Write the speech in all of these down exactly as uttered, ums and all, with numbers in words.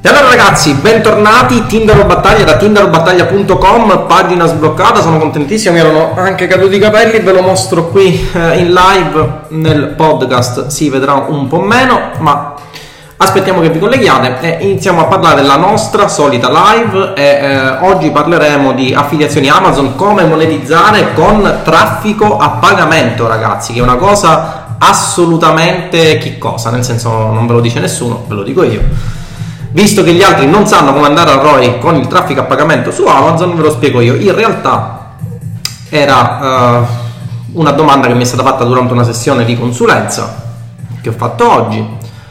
E allora ragazzi, bentornati, Tinder o Battaglia da tinder o battaglia punto com, pagina sbloccata, sono contentissimo, mi erano anche caduti i capelli, ve lo mostro qui eh, in live, nel podcast si vedrà un po' meno, ma aspettiamo che vi colleghiate e iniziamo a parlare della nostra solita live e eh, oggi parleremo di affiliazioni Amazon, come monetizzare con traffico a pagamento ragazzi, che è una cosa assolutamente chiccosa, nel senso non ve lo dice nessuno, ve lo dico io. Visto che gli altri non sanno come andare a R O I con il traffico a pagamento su Amazon, ve lo spiego io. In realtà era uh, una domanda che mi è stata fatta durante una sessione di consulenza che ho fatto oggi.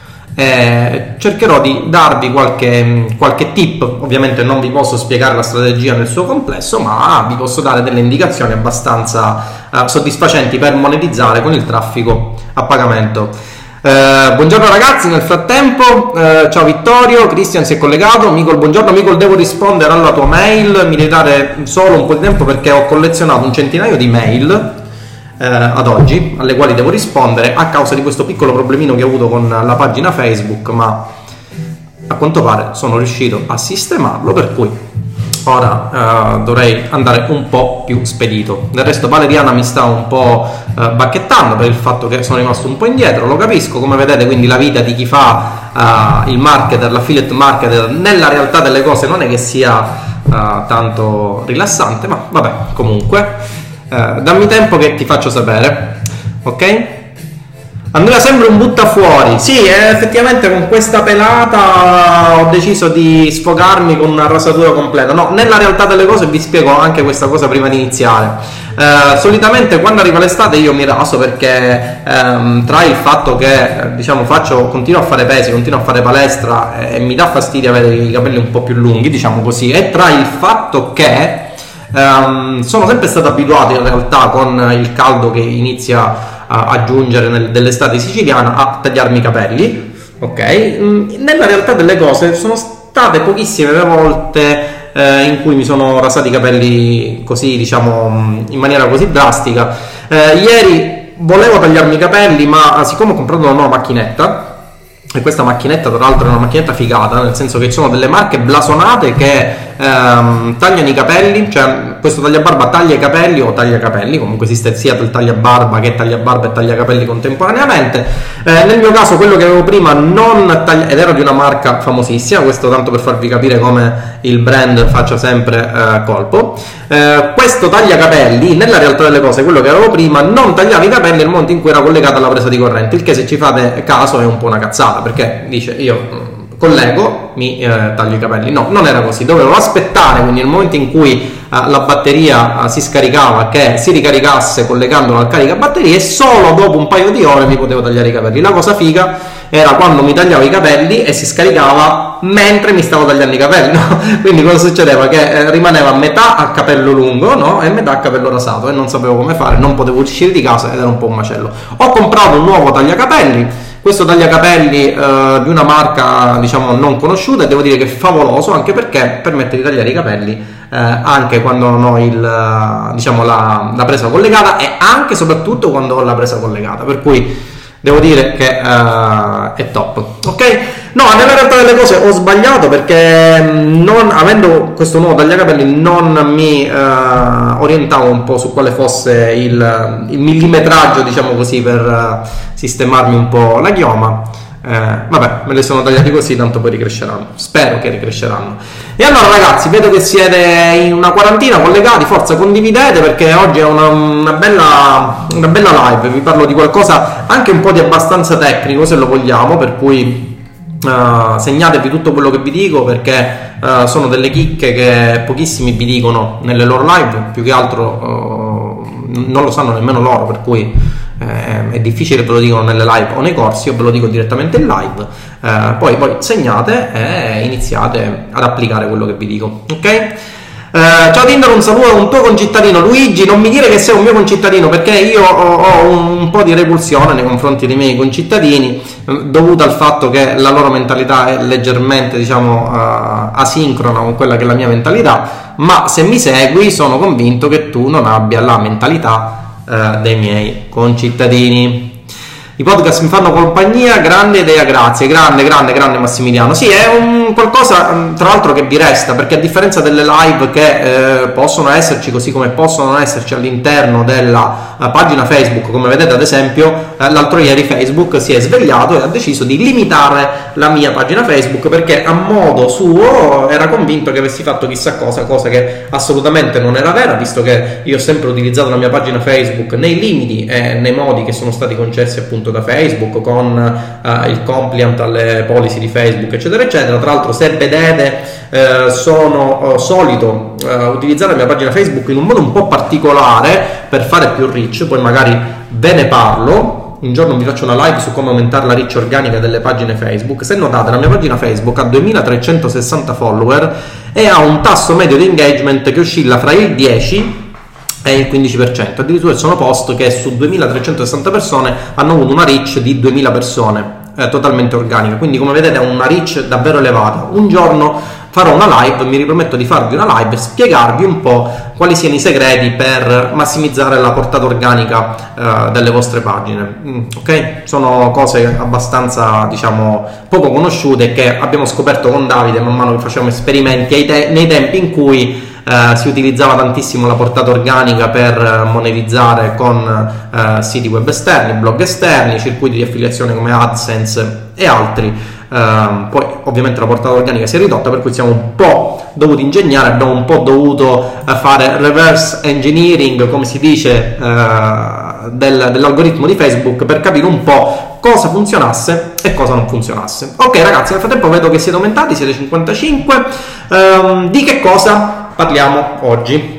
Eh, cercherò di darvi qualche, qualche tip. Ovviamente non vi posso spiegare la strategia nel suo complesso, ma vi posso dare delle indicazioni abbastanza uh, soddisfacenti per monetizzare con il traffico a pagamento. Eh, buongiorno ragazzi, nel frattempo eh, ciao Vittorio, Cristian si è collegato. Micol, buongiorno Micol, devo rispondere alla tua mail, mi devi dare solo un po' di tempo perché ho collezionato un centinaio di mail eh, ad oggi alle quali devo rispondere a causa di questo piccolo problemino che ho avuto con la pagina Facebook, ma a quanto pare sono riuscito a sistemarlo, per cui ora uh, dovrei andare un po' più spedito. Del resto Valeriana mi sta un po' uh, bacchettando per il fatto che sono rimasto un po' indietro, lo capisco, come vedete, quindi la vita di chi fa uh, il marketer, l'affiliate marketer, nella realtà delle cose non è che sia uh, tanto rilassante, ma vabbè, comunque uh, dammi tempo che ti faccio sapere, ok? Andrea sembra un buttafuori. Sì, effettivamente con questa pelata ho deciso di sfogarmi con una rasatura completa. No, nella realtà delle cose vi spiego anche questa cosa prima di iniziare. Eh, solitamente quando arriva l'estate io mi raso perché ehm, tra il fatto che diciamo faccio, continuo a fare pesi, continuo a fare palestra e, e mi dà fastidio avere i capelli un po' più lunghi, diciamo così, e tra il fatto che ehm, sono sempre stato abituato in realtà con il caldo che inizia a aggiungere nel, dell'estate siciliana a tagliarmi i capelli, ok? Nella realtà delle cose sono state pochissime le volte eh, in cui mi sono rasati i capelli così, diciamo, in maniera così drastica. Eh, ieri volevo tagliarmi i capelli, ma siccome ho comprato una nuova macchinetta, e questa macchinetta tra l'altro è una macchinetta figata, nel senso che ci sono delle marche blasonate che ehm, tagliano i capelli, cioè questo tagliabarba taglia i capelli o taglia capelli, comunque esiste sia il tagliabarba che tagliabarba e tagliacapelli contemporaneamente. Eh, nel mio caso quello che avevo prima non taglia, ed era di una marca famosissima, questo tanto per farvi capire come il brand faccia sempre eh, colpo. Eh, questo tagliacapelli nella realtà delle cose, quello che avevo prima, non tagliava i capelli nel momento in cui era collegata alla presa di corrente, il che se ci fate caso è un po' una cazzata, perché dice io collego, mi eh, taglio i capelli. No, non era così, dovevo aspettare, quindi nel momento in cui eh, la batteria eh, si scaricava, che si ricaricasse collegandolo al caricabatterie, e solo dopo un paio di ore mi potevo tagliare i capelli. La cosa figa era quando mi tagliavo i capelli e si scaricava mentre mi stavo tagliando i capelli, no? Quindi cosa succedeva? Che eh, rimaneva metà a capello lungo, no? E metà a capello rasato, e non sapevo come fare, non potevo uscire di casa ed era un po' un macello. Ho comprato un nuovo tagliacapelli, questo tagliacapelli eh, di una marca diciamo non conosciuta, e devo dire che è favoloso, anche perché permette di tagliare i capelli eh, anche quando non ho il, diciamo, la, la presa collegata, e anche e soprattutto quando ho la presa collegata, per cui devo dire che uh, è top, ok? No, nella realtà delle cose ho sbagliato, perché non, avendo questo nuovo tagliacapelli non mi uh, orientavo un po' su quale fosse il, il millimetraggio, diciamo così, per uh, sistemarmi un po' la chioma. Eh, vabbè, me le sono tagliati così, tanto poi ricresceranno, spero che ricresceranno. E allora ragazzi, vedo che siete in una quarantina collegati, forza condividete, perché oggi è una, una, bella, una bella live, vi parlo di qualcosa anche un po' di abbastanza tecnico se lo vogliamo, per cui uh, segnatevi tutto quello che vi dico, perché uh, sono delle chicche che pochissimi vi dicono nelle loro live, più che altro uh, non lo sanno nemmeno loro, per cui Eh, è difficile ve lo dicono nelle live o nei corsi, io ve lo dico direttamente in live, eh, poi, poi segnate e iniziate ad applicare quello che vi dico, ok? Eh, ciao Tinder, un saluto a un tuo concittadino. Luigi, non mi dire che sei un mio concittadino, perché io ho, ho un po' di repulsione nei confronti dei miei concittadini, eh, dovuta al fatto che la loro mentalità è leggermente, diciamo, uh, asincrona con quella che è la mia mentalità, ma se mi segui sono convinto che tu non abbia la mentalità dei miei concittadini. I podcast mi fanno compagnia, grande idea, grazie, grande, grande, grande Massimiliano. Sì, è un qualcosa tra l'altro che vi resta, perché a differenza delle live che eh, possono esserci, così come possono non esserci all'interno della uh, pagina Facebook, come vedete ad esempio, eh, l'altro ieri Facebook si è svegliato e ha deciso di limitare la mia pagina Facebook, perché a modo suo era convinto che avessi fatto chissà cosa, cosa che assolutamente non era vera, visto che io ho sempre utilizzato la mia pagina Facebook nei limiti e nei modi che sono stati concessi appunto da Facebook, con uh, il compliant alle policy di Facebook, eccetera eccetera. Tra l'altro, se vedete, uh, sono uh, solito uh, utilizzare la mia pagina Facebook in un modo un po' particolare per fare più reach, poi magari ve ne parlo. Un giorno vi faccio una live su come aumentare la reach organica delle pagine Facebook. Se notate, la mia pagina Facebook ha duemilatrecentosessanta follower e ha un tasso medio di engagement che oscilla fra il dieci e il quindici per cento. Addirittura ci sono post che su duemilatrecentosessanta persone hanno avuto una reach di duemila persone, eh, totalmente organica, quindi come vedete è una reach davvero elevata. Un giorno farò una live, mi riprometto di farvi una live e spiegarvi un po' quali siano i segreti per massimizzare la portata organica eh, delle vostre pagine. Mm, ok? Sono cose abbastanza, diciamo, poco conosciute, che abbiamo scoperto con Davide man mano che facevamo esperimenti ai te- nei tempi in cui Uh, si utilizzava tantissimo la portata organica per uh, monetizzare con uh, siti web esterni, blog esterni, circuiti di affiliazione come AdSense e altri. Uh, poi ovviamente la portata organica si è ridotta, per cui siamo un po' dovuti ingegnare, abbiamo un po' dovuto uh, fare reverse engineering, come si dice, uh, del, dell'algoritmo di Facebook, per capire un po' cosa funzionasse e cosa non funzionasse. Ok ragazzi, nel frattempo vedo che siete aumentati, siete cinquantacinque. Um, di che cosa parliamo oggi?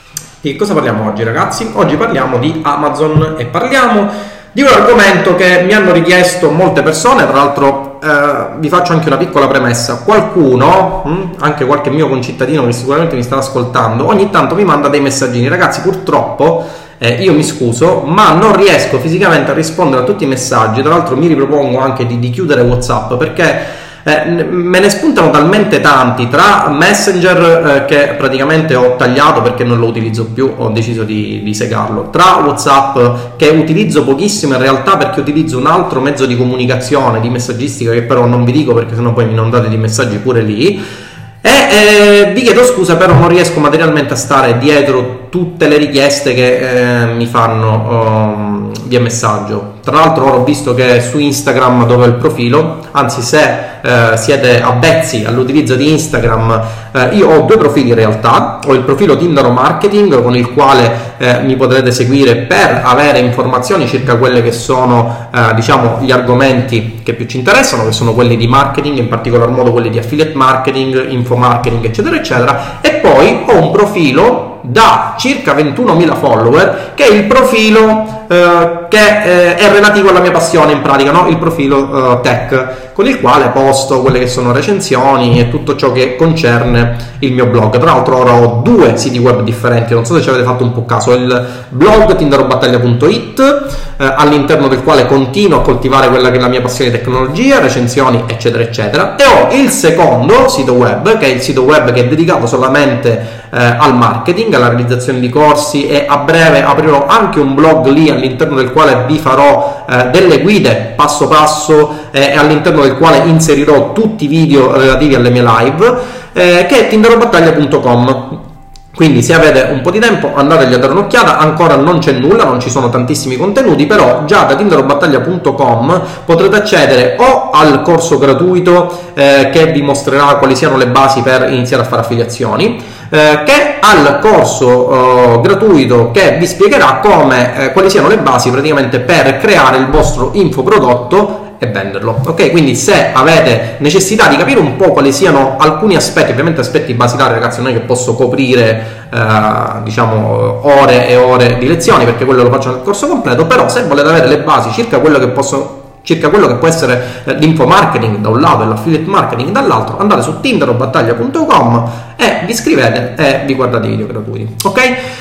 Di cosa parliamo oggi ragazzi? Oggi parliamo di Amazon e parliamo di un argomento che mi hanno richiesto molte persone. Tra l'altro eh, vi faccio anche una piccola premessa: qualcuno, mh, anche qualche mio concittadino che sicuramente mi sta ascoltando, ogni tanto mi manda dei messaggini. Ragazzi, purtroppo eh, io mi scuso, ma non riesco fisicamente a rispondere a tutti i messaggi. Tra l'altro mi ripropongo anche di, di chiudere WhatsApp, perché Eh, me ne spuntano talmente tanti, tra Messenger eh, che praticamente ho tagliato perché non lo utilizzo più, ho deciso di, di segarlo, tra WhatsApp che utilizzo pochissimo in realtà perché utilizzo un altro mezzo di comunicazione, di messaggistica, che però non vi dico perché sennò poi mi inondate di messaggi pure lì. E eh, vi chiedo scusa, però non riesco materialmente a stare dietro tutte le richieste che eh, mi fanno um, via messaggio. Tra l'altro ora ho visto che su Instagram, dove ho il profilo, anzi se eh, siete avvezzi all'utilizzo di Instagram, eh, io ho due profili in realtà. Ho il profilo Tindaro Marketing, con il quale eh, mi potrete seguire per avere informazioni circa quelle che sono eh, diciamo gli argomenti che più ci interessano, che sono quelli di marketing, in particolar modo quelli di affiliate marketing, info marketing, eccetera eccetera. E poi ho un profilo da circa ventunomila follower, che è il profilo eh, che eh, è relativo alla mia passione, in pratica, no? Il profilo eh, tech, con il quale posto quelle che sono recensioni e tutto ciò che concerne il mio blog. Tra l'altro ora ho due siti web differenti, non so se ci avete fatto un po' caso: il blog tindarobattaglia punto it, eh, all'interno del quale continuo a coltivare quella che è la mia passione di tecnologia, recensioni, eccetera eccetera, e ho il secondo sito web, che è il sito web che è dedicato solamente eh, al marketing, alla realizzazione di corsi, e a breve aprirò anche un blog lì all'interno del quale vi farò eh, delle guide passo passo eh, e all'interno del quale inserirò tutti i video relativi alle mie live, eh, che è tindarobattaglia punto com. Quindi se avete un po' di tempo andategli a dare un'occhiata. Ancora non c'è nulla, non ci sono tantissimi contenuti, però già da tindarobattaglia punto com potrete accedere o al corso gratuito eh, che vi mostrerà quali siano le basi per iniziare a fare affiliazioni, eh, che al corso eh, gratuito che vi spiegherà come eh, quali siano le basi praticamente per creare il vostro infoprodotto e venderlo. Ok, quindi se avete necessità di capire un po' quali siano alcuni aspetti, ovviamente aspetti basilari, ragazzi, non è che posso coprire eh, diciamo ore e ore di lezioni, perché quello lo faccio nel corso completo, però se volete avere le basi circa quello che posso circa quello che può essere eh, l'info marketing da un lato e l'affiliate marketing dall'altro, andate su tindarobattaglia punto com e vi iscrivete e vi guardate i video gratuiti. Ok?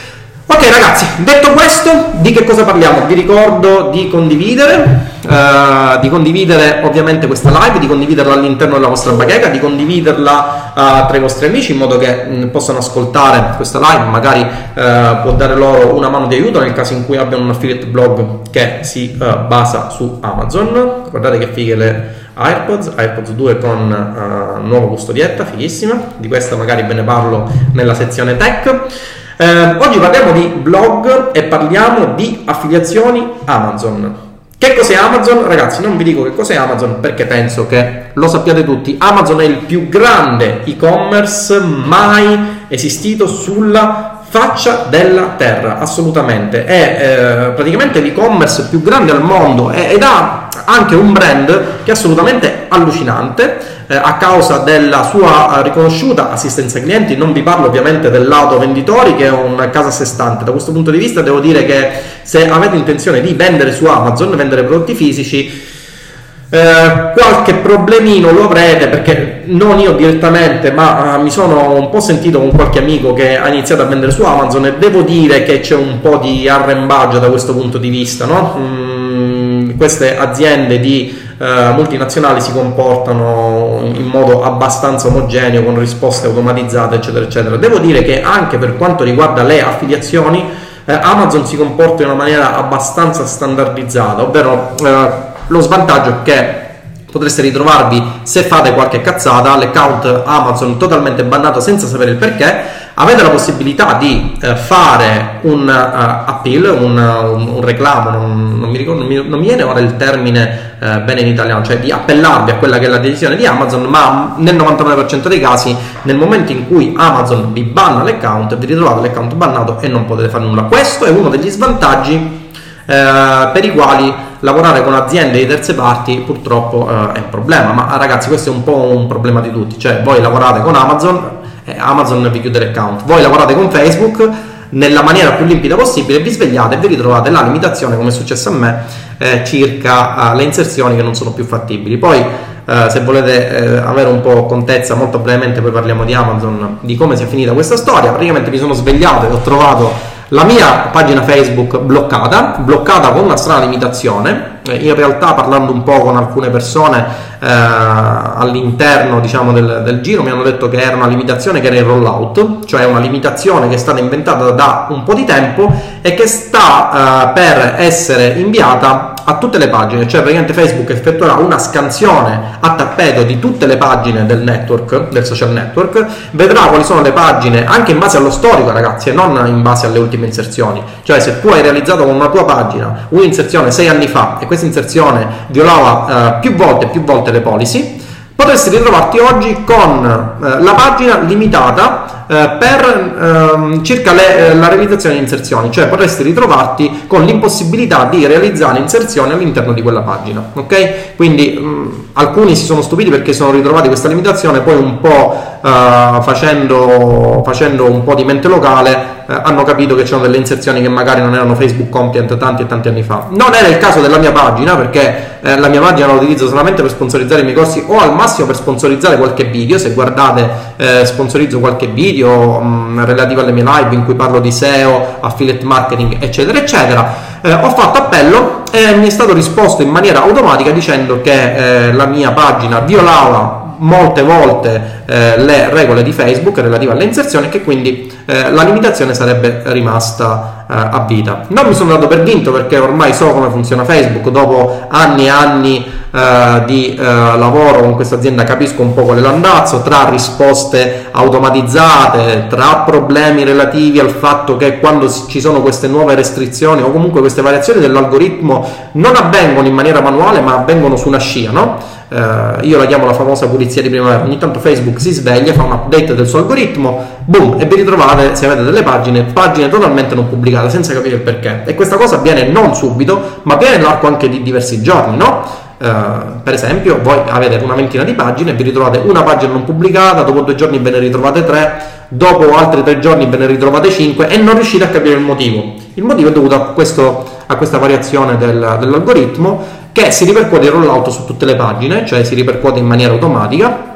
Ok ragazzi, detto questo, di che cosa parliamo? Vi ricordo di condividere, uh, di condividere ovviamente questa live, di condividerla all'interno della vostra bacheca, di condividerla uh, tra i vostri amici in modo che mh, possano ascoltare questa live, magari uh, può dare loro una mano di aiuto nel caso in cui abbiano un affiliate blog che si uh, basa su Amazon. Guardate che fighe le AirPods, AirPods due con uh, nuova custodietta, fighissima, di questa magari ve ne parlo nella sezione tech. Eh, oggi parliamo di blog e parliamo di affiliazioni Amazon. Che cos'è Amazon? Ragazzi, non vi dico che cos'è Amazon perché penso che lo sappiate tutti. Amazon è il più grande e-commerce mai esistito sulla faccia della terra, assolutamente. È eh, praticamente l'e-commerce più grande al mondo ed ha anche un brand che è assolutamente allucinante eh, a causa della sua riconosciuta assistenza ai clienti. Non vi parlo ovviamente del lato venditori, che è un caso a sé stante. Da questo punto di vista devo dire che se avete intenzione di vendere su Amazon, vendere prodotti fisici, Eh, qualche problemino lo avrete, perché non io direttamente, ma uh, mi sono un po' sentito con qualche amico che ha iniziato a vendere su Amazon e devo dire che c'è un po' di arrembaggio da questo punto di vista, no? Mm, queste aziende di uh, multinazionali si comportano in modo abbastanza omogeneo, con risposte automatizzate, eccetera eccetera. Devo dire che anche per quanto riguarda le affiliazioni eh, Amazon si comporta in una maniera abbastanza standardizzata, ovvero eh, lo svantaggio è che potreste ritrovarvi, se fate qualche cazzata, l'account Amazon totalmente bannato senza sapere il perché. Avete la possibilità di eh, fare un uh, appeal, un, un, un reclamo, non, non, mi ricordo, non, mi, non mi viene ora il termine eh, bene in italiano, cioè di appellarvi a quella che è la decisione di Amazon, ma nel novantanove per cento dei casi, nel momento in cui Amazon vi banna l'account, vi ritrovate l'account bannato e non potete fare nulla. Questo è uno degli svantaggi Eh, per i quali lavorare con aziende di terze parti purtroppo eh, è un problema. Ma ragazzi, questo è un po' un problema di tutti, cioè voi lavorate con Amazon, eh, Amazon vi chiude l'account, voi lavorate con Facebook nella maniera più limpida possibile, vi svegliate e vi ritrovate la limitazione, come è successo a me, eh, circa eh, le inserzioni che non sono più fattibili. Poi eh, se volete eh, avere un po' contezza, molto brevemente poi parliamo di Amazon, di come si è finita questa storia. Praticamente mi sono svegliato e ho trovato la mia pagina Facebook bloccata, bloccata con una strana limitazione. In realtà, parlando un po' con alcune persone eh, all'interno, diciamo, del, del giro, mi hanno detto che era una limitazione che era in rollout, cioè una limitazione che è stata inventata da un po' di tempo e che sta eh, per essere inviata a tutte le pagine. Cioè praticamente Facebook effettuerà una scansione a tappeto di tutte le pagine del network, del social network, vedrà quali sono le pagine, anche in base allo storico, ragazzi, e non in base alle ultime inserzioni. Cioè se tu hai realizzato con una tua pagina un'inserzione sei anni fa e questa inserzione violava eh, più volte più volte le policy, potresti ritrovarti oggi con eh, la pagina limitata eh, per ehm, circa le, eh, la realizzazione di inserzioni, cioè potresti ritrovarti con l'impossibilità di realizzare inserzioni all'interno di quella pagina, ok? Quindi mh, alcuni si sono stupiti perché sono ritrovati questa limitazione, poi un po' eh, facendo, facendo un po' di mente locale eh, hanno capito che c'erano delle inserzioni che magari non erano Facebook compliant tanti e tanti anni fa. Non era il caso della mia pagina, perché eh, la mia pagina la utilizzo solamente per sponsorizzare i miei corsi o al massimo per sponsorizzare qualche video. Se guardate eh, sponsorizzo qualche video mh, relativo alle mie live in cui parlo di S E O, affiliate marketing, eccetera eccetera. Eh, ho fatto appello e mi è stato risposto in maniera automatica dicendo che eh, la mia pagina violava molte volte eh, le regole di Facebook relative alle inserzioni e che quindi eh, la limitazione sarebbe rimasta eh, a vita. Non mi sono dato per vinto, perché ormai so come funziona Facebook. Dopo anni e anni eh, di eh, lavoro con questa azienda capisco un po' qual è l'andazzo, tra risposte automatizzate, tra problemi relativi al fatto che quando ci sono queste nuove restrizioni o comunque queste variazioni dell'algoritmo non avvengono in maniera manuale ma avvengono su una scia, no? Uh, io la chiamo la famosa pulizia di primavera. Ogni tanto Facebook si sveglia, fa un update del suo algoritmo, boom, e vi ritrovate, se avete delle pagine, pagine totalmente non pubblicate senza capire il perché. E questa cosa avviene non subito, ma avviene nell'arco anche di diversi giorni, no? Uh, per esempio, voi avete una ventina di pagine e vi ritrovate una pagina non pubblicata, dopo due giorni ve ne ritrovate tre, dopo altri tre giorni ve ne ritrovate cinque e non riuscite a capire il motivo. Il motivo è dovuto a, questo, a questa variazione del, dell'algoritmo, che si ripercuote in rollout su tutte le pagine, cioè si ripercuote in maniera automatica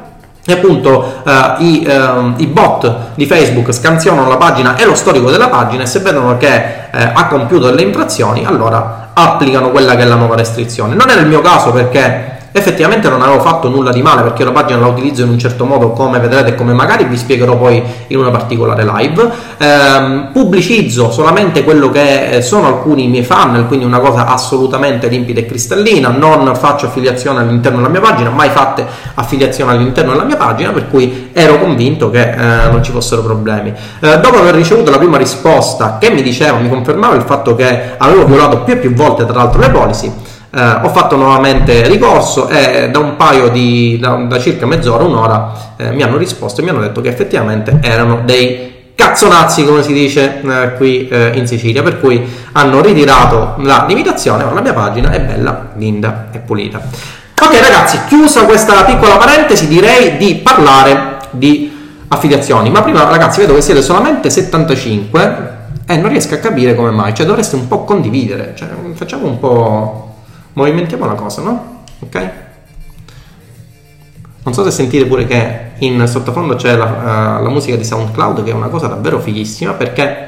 e appunto eh, i, eh, i bot di Facebook scansionano la pagina e lo storico della pagina, e se vedono che eh, ha compiuto delle infrazioni allora applicano quella che è la nuova restrizione. Non era il mio caso perché effettivamente non avevo fatto nulla di male, perché la pagina la utilizzo in un certo modo, come vedrete, come magari vi spiegherò poi in una particolare live. Ehm, pubblicizzo solamente quello che sono alcuni miei funnel, quindi una cosa assolutamente limpida e cristallina. Non faccio affiliazione all'interno della mia pagina, mai fatte affiliazioni all'interno della mia pagina, per cui ero convinto che eh, non ci fossero problemi. Eh, dopo aver ricevuto la prima risposta che mi diceva, mi confermava il fatto che avevo violato più e più volte tra l'altro le policy, Uh, ho fatto nuovamente ricorso e da un paio di da, da circa mezz'ora, un'ora eh, mi hanno risposto e mi hanno detto che effettivamente erano dei cazzonazzi, come si dice eh, qui eh, in Sicilia, per cui hanno ritirato la limitazione. Ora la mia pagina è bella, linda e pulita. Ok ragazzi, chiusa questa piccola parentesi, direi di parlare di affiliazioni, ma prima ragazzi vedo che siete solamente settantacinque e non riesco a capire come mai, cioè dovreste un po' condividere, cioè, facciamo un po', movimentiamo la cosa, no? Ok? Non so se sentite pure che in sottofondo c'è la, uh, la musica di SoundCloud, che è una cosa davvero fighissima, perché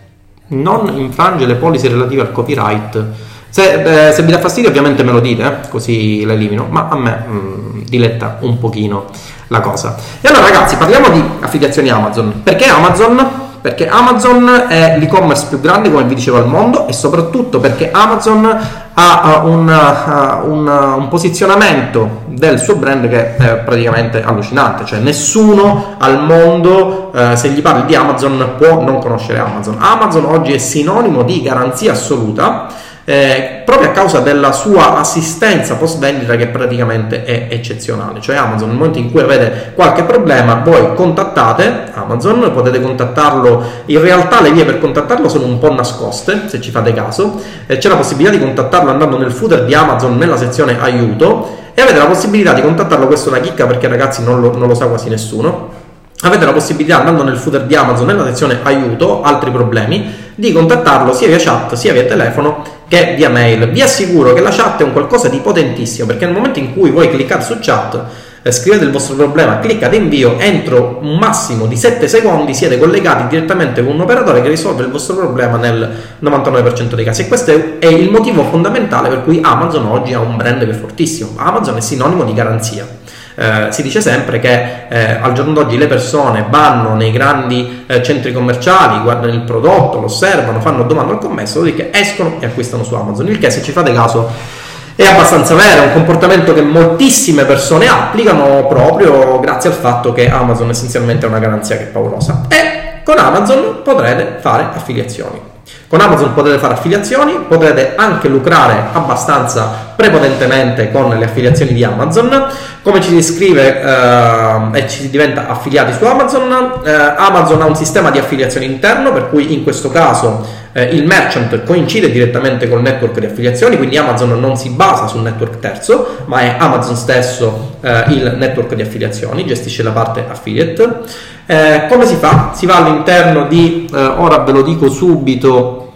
non infrange le policy relative al copyright. Se, eh, se vi dà fastidio ovviamente me lo dite, eh, così la elimino, ma a me mh, diletta un pochino la cosa. E allora ragazzi, parliamo di affiliazioni Amazon. Perché Amazon? Perché Amazon è l'e-commerce più grande, come vi dicevo, al mondo, e soprattutto perché Amazon ha un, un, un posizionamento del suo brand che è praticamente allucinante. Cioè nessuno al mondo, eh, se gli parli di Amazon, può non conoscere Amazon. Amazon oggi è sinonimo di garanzia assoluta, Eh, proprio a causa della sua assistenza post vendita, che praticamente è eccezionale. Cioè Amazon, nel momento in cui avete qualche problema, voi contattate Amazon, potete contattarlo. In realtà le vie per contattarlo sono un po' nascoste, se ci fate caso. Eh, c'è la possibilità di contattarlo andando nel footer di Amazon nella sezione aiuto, e avete la possibilità di contattarlo, questa è una chicca perché ragazzi non lo, non lo sa quasi nessuno. Avete la possibilità, andando nel footer di Amazon nella sezione aiuto, altri problemi, di contattarlo sia via chat sia via telefono che via mail. Vi assicuro che la chat è un qualcosa di potentissimo, perché nel momento in cui voi cliccate su chat, eh, scrivete il vostro problema, cliccate invio, entro un massimo di sette secondi siete collegati direttamente con un operatore che risolve il vostro problema nel novantanove per cento dei casi. E questo è, è il motivo fondamentale per cui Amazon oggi ha un brand che è fortissimo. Amazon è sinonimo di garanzia. Eh, si dice sempre che eh, al giorno d'oggi le persone vanno nei grandi eh, centri commerciali, guardano il prodotto, lo osservano, fanno domanda al commesso, dopodiché escono e acquistano su Amazon, il che, se ci fate caso, è abbastanza vero. È un comportamento che moltissime persone applicano proprio grazie al fatto che Amazon essenzialmente è una garanzia che è paurosa. E con Amazon potrete fare affiliazioni. Con Amazon potete fare affiliazioni, potrete anche lucrare abbastanza prepotentemente con le affiliazioni di Amazon. Come ci si iscrive eh, e ci si diventa affiliati su Amazon? Eh, Amazon ha un sistema di affiliazioni interno, per cui in questo caso eh, il merchant coincide direttamente col network di affiliazioni, quindi Amazon non si basa sul network terzo, ma è Amazon stesso eh, il network di affiliazioni, gestisce la parte affiliate. Eh, come si fa? Si va all'interno di, eh, ora ve lo dico subito,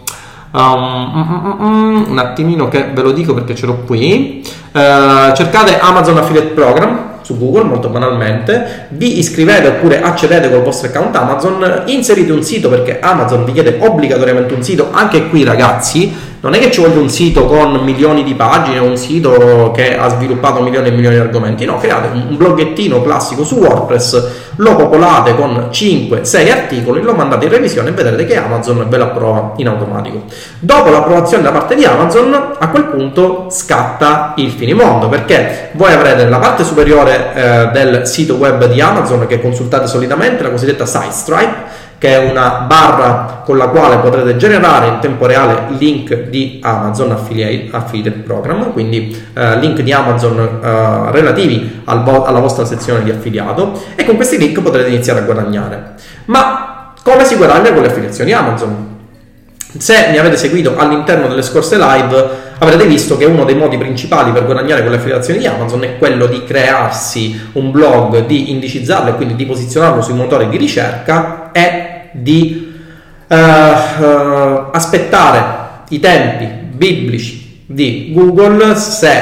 um, mm, mm, mm, un attimino che ve lo dico perché ce l'ho qui, eh, cercate Amazon Affiliate Program su Google, molto banalmente, vi iscrivete oppure accedete col vostro account Amazon, inserite un sito, perché Amazon vi chiede obbligatoriamente un sito. Anche qui ragazzi, non è che ci voglia un sito con milioni di pagine, un sito che ha sviluppato milioni e milioni di argomenti, no, create un bloggettino classico su WordPress, lo popolate con cinque sei articoli, lo mandate in revisione e vedrete che Amazon ve lo approva in automatico. Dopo l'approvazione da parte di Amazon, a quel punto scatta il finimondo, perché voi avrete nella parte superiore eh, del sito web di Amazon, che consultate solitamente, la cosiddetta site stripe, che è una barra con la quale potrete generare in tempo reale link di Amazon Affiliate, Affiliate Program, quindi eh, link di Amazon eh, relativi al vo- alla vostra sezione di affiliato, e con questi link potrete iniziare a guadagnare. Ma come si guadagna con le affiliazioni Amazon? Se mi avete seguito all'interno delle scorse live, avrete visto che uno dei modi principali per guadagnare con le affiliazioni di Amazon è quello di crearsi un blog, di indicizzarlo e quindi di posizionarlo sui motori di ricerca, e di uh, uh, aspettare i tempi biblici di Google. Se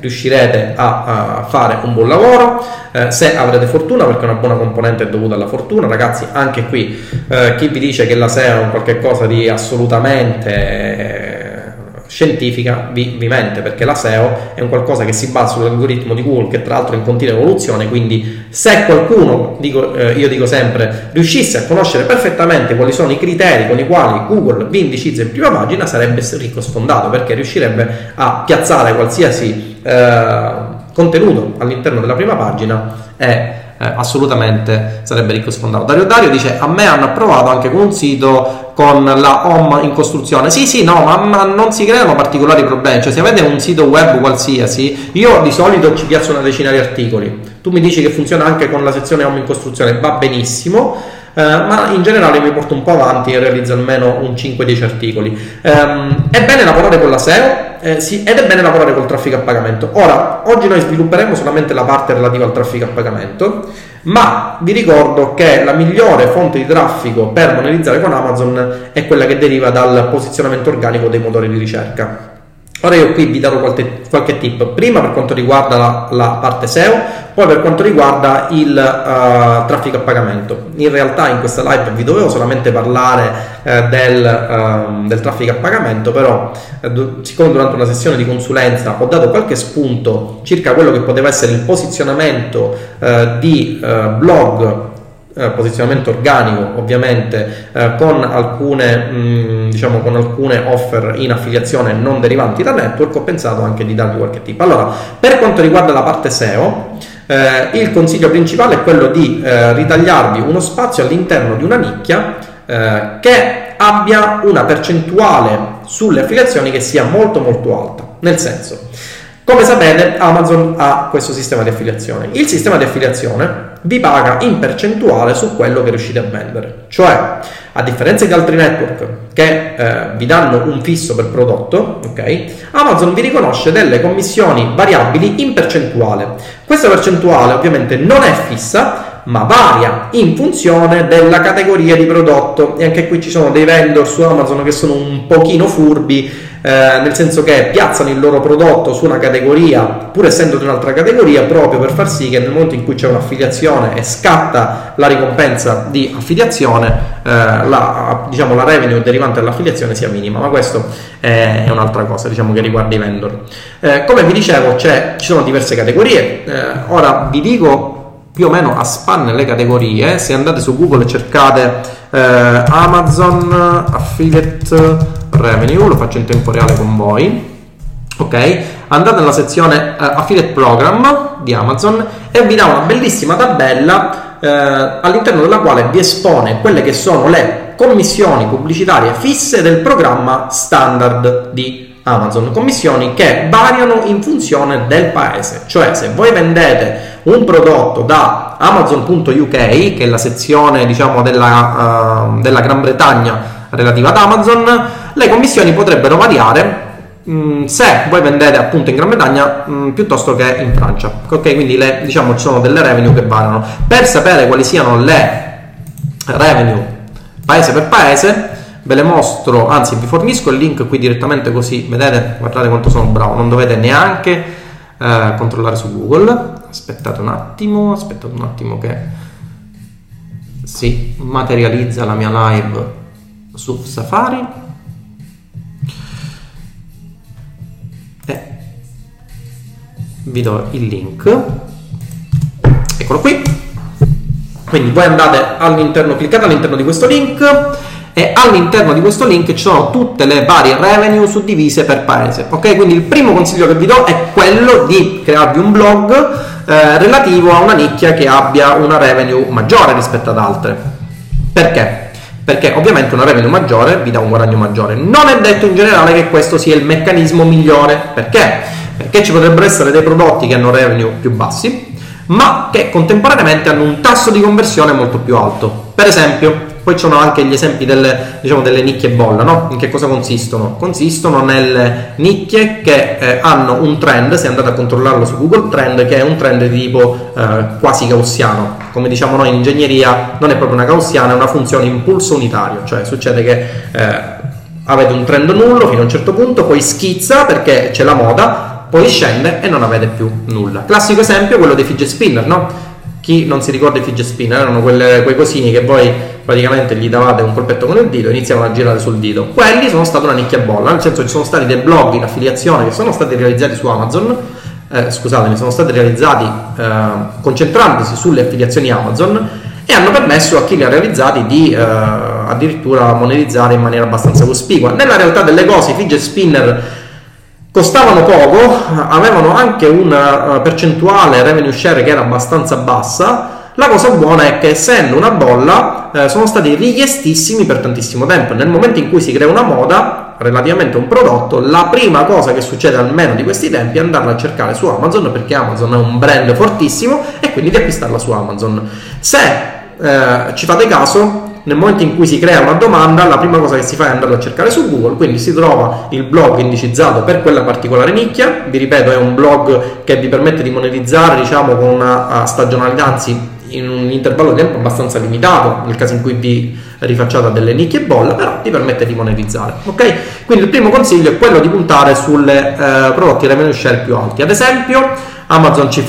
riuscirete a, a fare un buon lavoro, eh, se avrete fortuna, perché una buona componente è dovuta alla fortuna. Ragazzi, anche qui eh, chi vi dice che la S E O è un qualche cosa di assolutamente eh, scientifica vi, vi mente, perché la S E O è un qualcosa che si basa sull'algoritmo di Google, che tra l'altro è in continua evoluzione. Quindi se qualcuno, dico, eh, io dico sempre, riuscisse a conoscere perfettamente quali sono i criteri con i quali Google vi indicizza in prima pagina, sarebbe ricco sfondato, perché riuscirebbe a piazzare qualsiasi eh, contenuto all'interno della prima pagina e Eh, assolutamente sarebbe ricco sfondato. Dario Dario dice: a me hanno approvato anche con un sito con la home in costruzione. Sì sì, no, ma, ma non si creano particolari problemi. Cioè, se avete un sito web qualsiasi, io di solito ci piazzo una decina di articoli. Tu mi dici che funziona anche con la sezione home in costruzione, va benissimo. Uh, ma in generale mi porto un po' avanti e realizzo almeno un cinque dieci articoli. Um, è bene lavorare con la S E O eh, sì, ed è bene lavorare col traffico a pagamento. Ora, oggi noi svilupperemo solamente la parte relativa al traffico a pagamento, ma vi ricordo che la migliore fonte di traffico per monetizzare con Amazon è quella che deriva dal posizionamento organico dei motori di ricerca. Ora io qui vi darò qualche, qualche tip, prima per quanto riguarda la, la parte S E O, poi per quanto riguarda il uh, traffico a pagamento. In realtà in questa live vi dovevo solamente parlare uh, del, uh, del traffico a pagamento, però uh, siccome durante una sessione di consulenza ho dato qualche spunto circa quello che poteva essere il posizionamento uh, di uh, blog, Eh, posizionamento organico ovviamente, eh, con alcune mh, diciamo con alcune offer in affiliazione non derivanti da network, ho pensato anche di darvi qualche tip. Allora, per quanto riguarda la parte S E O, eh, il consiglio principale è quello di eh, ritagliarvi uno spazio all'interno di una nicchia eh, che abbia una percentuale sulle affiliazioni che sia molto molto alta. Nel senso, come sapete, Amazon ha questo sistema di affiliazione. Il sistema di affiliazione vi paga in percentuale su quello che riuscite a vendere. Cioè, a differenza di altri network che eh, vi danno un fisso per prodotto, ok? Amazon vi riconosce delle commissioni variabili in percentuale. Questa percentuale ovviamente non è fissa, ma varia in funzione della categoria di prodotto. E anche qui ci sono dei vendor su Amazon che sono un pochino furbi, Eh, nel senso che piazzano il loro prodotto su una categoria pur essendo di un'altra categoria, proprio per far sì che nel momento in cui c'è un'affiliazione e scatta la ricompensa di affiliazione, eh, la, diciamo, la revenue derivante dall'affiliazione sia minima. Ma questo è un'altra cosa, diciamo, che riguarda i vendor. Eh, come vi dicevo, c'è, ci sono diverse categorie. Eh, ora vi dico più o meno a spanne le categorie. Se andate su Google e cercate eh, Amazon Affiliate Revenue, lo faccio in tempo reale con voi, ok? Andate nella sezione uh, Affiliate Program di Amazon e vi dà una bellissima tabella uh, all'interno della quale vi espone quelle che sono le commissioni pubblicitarie fisse del programma standard di Amazon, commissioni che variano in funzione del paese. Cioè, se voi vendete un prodotto da Amazon punto U K, che è la sezione, diciamo, della, uh, della Gran Bretagna relativa ad Amazon, le commissioni potrebbero variare mh, se voi vendete appunto in Gran Bretagna mh, piuttosto che in Francia, ok? Quindi le, diciamo, ci sono delle revenue che variano. Per sapere quali siano le revenue paese per paese ve le mostro, anzi vi fornisco il link qui direttamente, così vedete, guardate quanto sono bravo, non dovete neanche eh, controllare su Google. Aspettate un attimo, aspettate un attimo che si materializza la mia live su Safari e vi do il link, eccolo qui. Quindi voi andate all'interno, cliccate all'interno di questo link e all'interno di questo link ci sono tutte le varie revenue suddivise per paese, ok? Quindi il primo consiglio che vi do è quello di crearvi un blog eh, relativo a una nicchia che abbia una revenue maggiore rispetto ad altre. Perché? Perché ovviamente una revenue maggiore vi dà un guadagno maggiore. Non è detto in generale che questo sia il meccanismo migliore. Perché? Perché ci potrebbero essere dei prodotti che hanno revenue più bassi, ma che contemporaneamente hanno un tasso di conversione molto più alto. Per esempio, poi ci sono anche gli esempi delle, diciamo, delle nicchie bolla, no? In che cosa consistono? Consistono nelle nicchie che eh, hanno un trend, se andate a controllarlo su Google Trend, che è un trend di tipo eh, quasi gaussiano. Come diciamo noi in ingegneria, non è proprio una gaussiana, è una funzione impulso unitario, cioè succede che eh, avete un trend nullo fino a un certo punto, poi schizza perché c'è la moda, poi scende e non avete più nulla. Classico esempio quello dei fidget spinner, no? Chi non si ricorda i fidget spinner, erano quelle, quei cosini che voi praticamente gli davate un colpetto con il dito e iniziavano a girare sul dito. Quelli sono stati una nicchia bolla, nel senso che ci sono stati dei blog in affiliazione che sono stati realizzati su Amazon, eh, scusatemi, sono stati realizzati eh, concentrandosi sulle affiliazioni Amazon e hanno permesso a chi li ha realizzati di eh, addirittura monetizzare in maniera abbastanza cospicua. Nella realtà delle cose i fidget spinner costavano poco, avevano anche una percentuale revenue share che era abbastanza bassa. La cosa buona è che, essendo una bolla, eh, sono stati richiestissimi per tantissimo tempo. Nel momento in cui si crea una moda relativamente a un prodotto, la prima cosa che succede almeno di questi tempi è andarla a cercare su Amazon, perché Amazon è un brand fortissimo, e quindi di acquistarla su Amazon. Se eh, ci fate caso, nel momento in cui si crea una domanda, la prima cosa che si fa è andarla a cercare su Google, quindi si trova il blog indicizzato per quella particolare nicchia. Vi ripeto, è un blog che vi permette di monetizzare, diciamo, con una stagionalità, anzi in un intervallo di tempo abbastanza limitato, nel caso in cui vi rifacciate a delle nicchie bolla, però ti permette di monetizzare, ok? Quindi il primo consiglio è quello di puntare sulle eh, prodotti revenue share più alti. Ad esempio Amazon ci,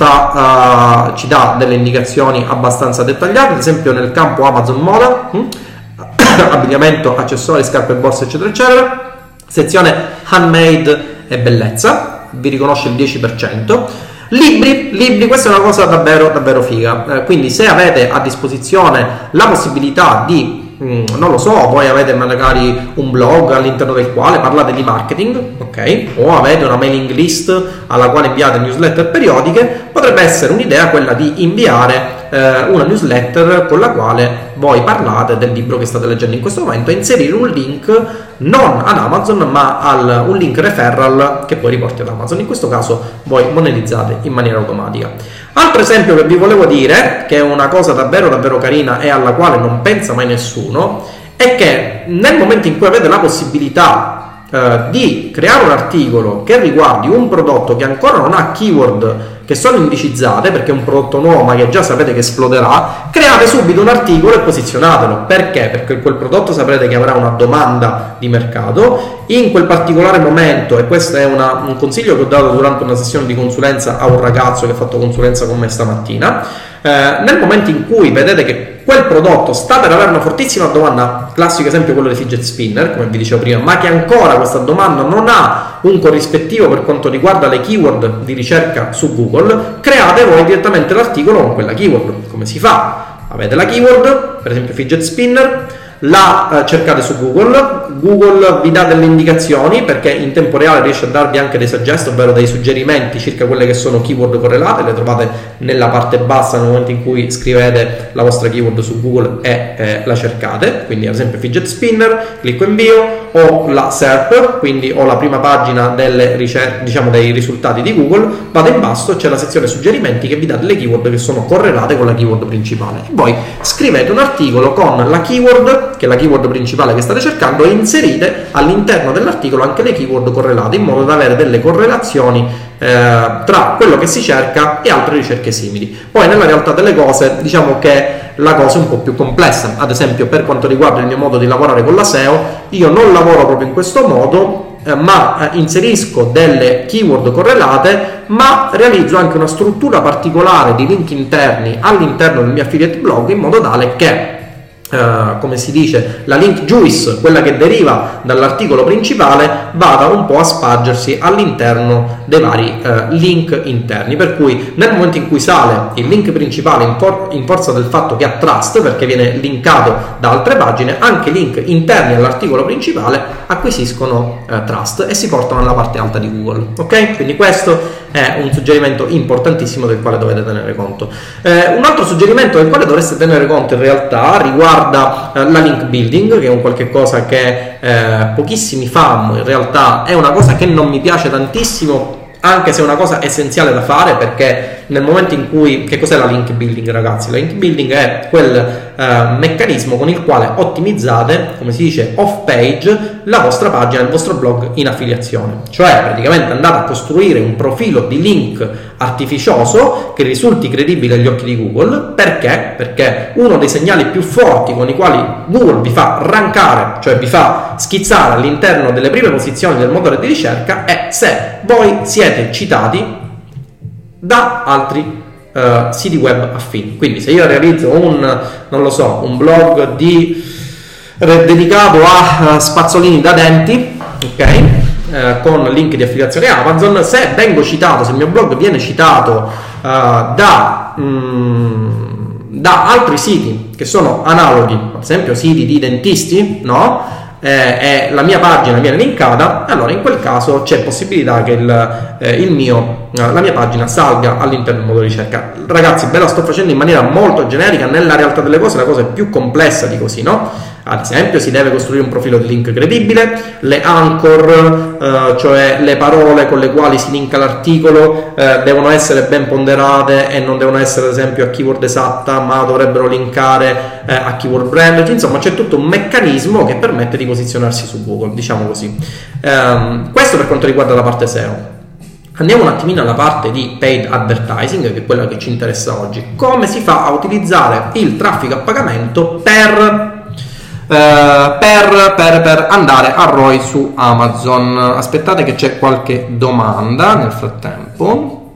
fa, uh, ci dà delle indicazioni abbastanza dettagliate, ad esempio nel campo Amazon Moda, hm? abbigliamento, accessori, scarpe, borse, eccetera eccetera, sezione handmade e bellezza, vi riconosce il dieci per cento. Libri, libri, questa è una cosa davvero davvero figa, eh, quindi se avete a disposizione la possibilità di, mh, non lo so, voi avete magari un blog all'interno del quale parlate di marketing, ok, o avete una mailing list alla quale inviate newsletter periodiche, potrebbe essere un'idea quella di inviare eh, una newsletter con la quale voi parlate del libro che state leggendo in questo momento e inserire un link non ad Amazon ma al, un link referral che poi riporti ad Amazon. In questo caso voi monetizzate in maniera automatica. Altro esempio che vi volevo dire, che è una cosa davvero davvero carina e alla quale non pensa mai nessuno, è che nel momento in cui avete la possibilità eh, di creare un articolo che riguardi un prodotto che ancora non ha keyword che sono indicizzate, perché è un prodotto nuovo ma che già sapete che esploderà, create subito un articolo e posizionatelo. Perché? Perché quel prodotto saprete che avrà una domanda di mercato in quel particolare momento, e questo è una, un consiglio che ho dato durante una sessione di consulenza a un ragazzo che ha fatto consulenza con me stamattina. Eh, nel momento in cui vedete che quel prodotto sta per avere una fortissima domanda, classico esempio quello dei fidget spinner, come vi dicevo prima, ma che ancora questa domanda non ha un corrispettivo per quanto riguarda le keyword di ricerca su Google, create voi direttamente l'articolo con quella keyword. Come si fa? Avete la keyword, per esempio fidget spinner, la eh, cercate su Google, Google vi dà delle indicazioni, perché in tempo reale riesce a darvi anche dei suggest, ovvero dei suggerimenti circa quelle che sono keyword correlate, le trovate nella parte bassa nel momento in cui scrivete la vostra keyword su Google e eh, la cercate. Quindi ad esempio fidget spinner, clicco invio, o la S E R P, quindi ho la prima pagina delle ricerche, diciamo dei risultati di Google, vado in basso, c'è la sezione suggerimenti che vi dà delle keyword che sono correlate con la keyword principale, e voi scrivete un articolo con la keyword, che è la keyword principale che state cercando, e inserite all'interno dell'articolo anche le keyword correlate, in modo da avere delle correlazioni eh, tra quello che si cerca e altre ricerche simili. Poi nella realtà delle cose diciamo che la cosa è un po' più complessa. Ad esempio, per quanto riguarda il mio modo di lavorare con la S E O, io non lavoro proprio in questo modo, eh, ma eh, inserisco delle keyword correlate, ma realizzo anche una struttura particolare di link interni all'interno del mio affiliate blog, in modo tale che Uh, come si dice, la link juice, quella che deriva dall'articolo principale, vada un po' a spargersi all'interno dei vari uh, link interni, per cui nel momento in cui sale il link principale in, for- in forza del fatto che ha trust, perché viene linkato da altre pagine, anche i link interni all'articolo principale acquisiscono uh, trust e si portano alla parte alta di Google, ok? Quindi questo è un suggerimento importantissimo del quale dovete tenere conto. Eh, un altro suggerimento del quale dovreste tenere conto in realtà riguarda eh, la link building, che è un qualche cosa che eh, pochissimi fanno. In realtà è una cosa che non mi piace tantissimo, anche se è una cosa essenziale da fare, perché nel momento in cui... Che cos'è la link building, ragazzi? La link building è quel eh, meccanismo con il quale ottimizzate, come si dice, off page, la vostra pagina, il vostro blog in affiliazione. Cioè praticamente andate a costruire un profilo di link artificioso, che risulti credibile agli occhi di Google. Perché? Perché uno dei segnali più forti con i quali Google vi fa rankare, cioè vi fa schizzare all'interno delle prime posizioni del motore di ricerca, è se voi siete citati da altri uh, siti web affini. Quindi se io realizzo un, non lo so, un blog di, dedicato a uh, spazzolini da denti, ok? Eh, con link di affiliazione Amazon, se vengo citato, se il mio blog viene citato uh, da, mm, da altri siti che sono analoghi, ad esempio siti di dentisti, no? Eh, e la mia pagina viene linkata, allora in quel caso c'è possibilità che il, eh, il mio, eh, la mia pagina salga all'interno del motore di ricerca. Ragazzi, ve la sto facendo in maniera molto generica, nella realtà delle cose la cosa è più complessa di così, no? Ad esempio si deve costruire un profilo di link credibile, le anchor, eh, cioè le parole con le quali si linka l'articolo, eh, devono essere ben ponderate e non devono essere ad esempio a keyword esatta, ma dovrebbero linkare eh, a keyword brand. Insomma, c'è tutto un meccanismo che permette di posizionarsi su Google, diciamo così. Um, questo per quanto riguarda la parte S E O. Andiamo un attimino alla parte di paid advertising, che è quella che ci interessa oggi. Come si fa a utilizzare il traffico a pagamento per Uh, per, per, per andare a R O I su Amazon? Aspettate che c'è qualche domanda nel frattempo.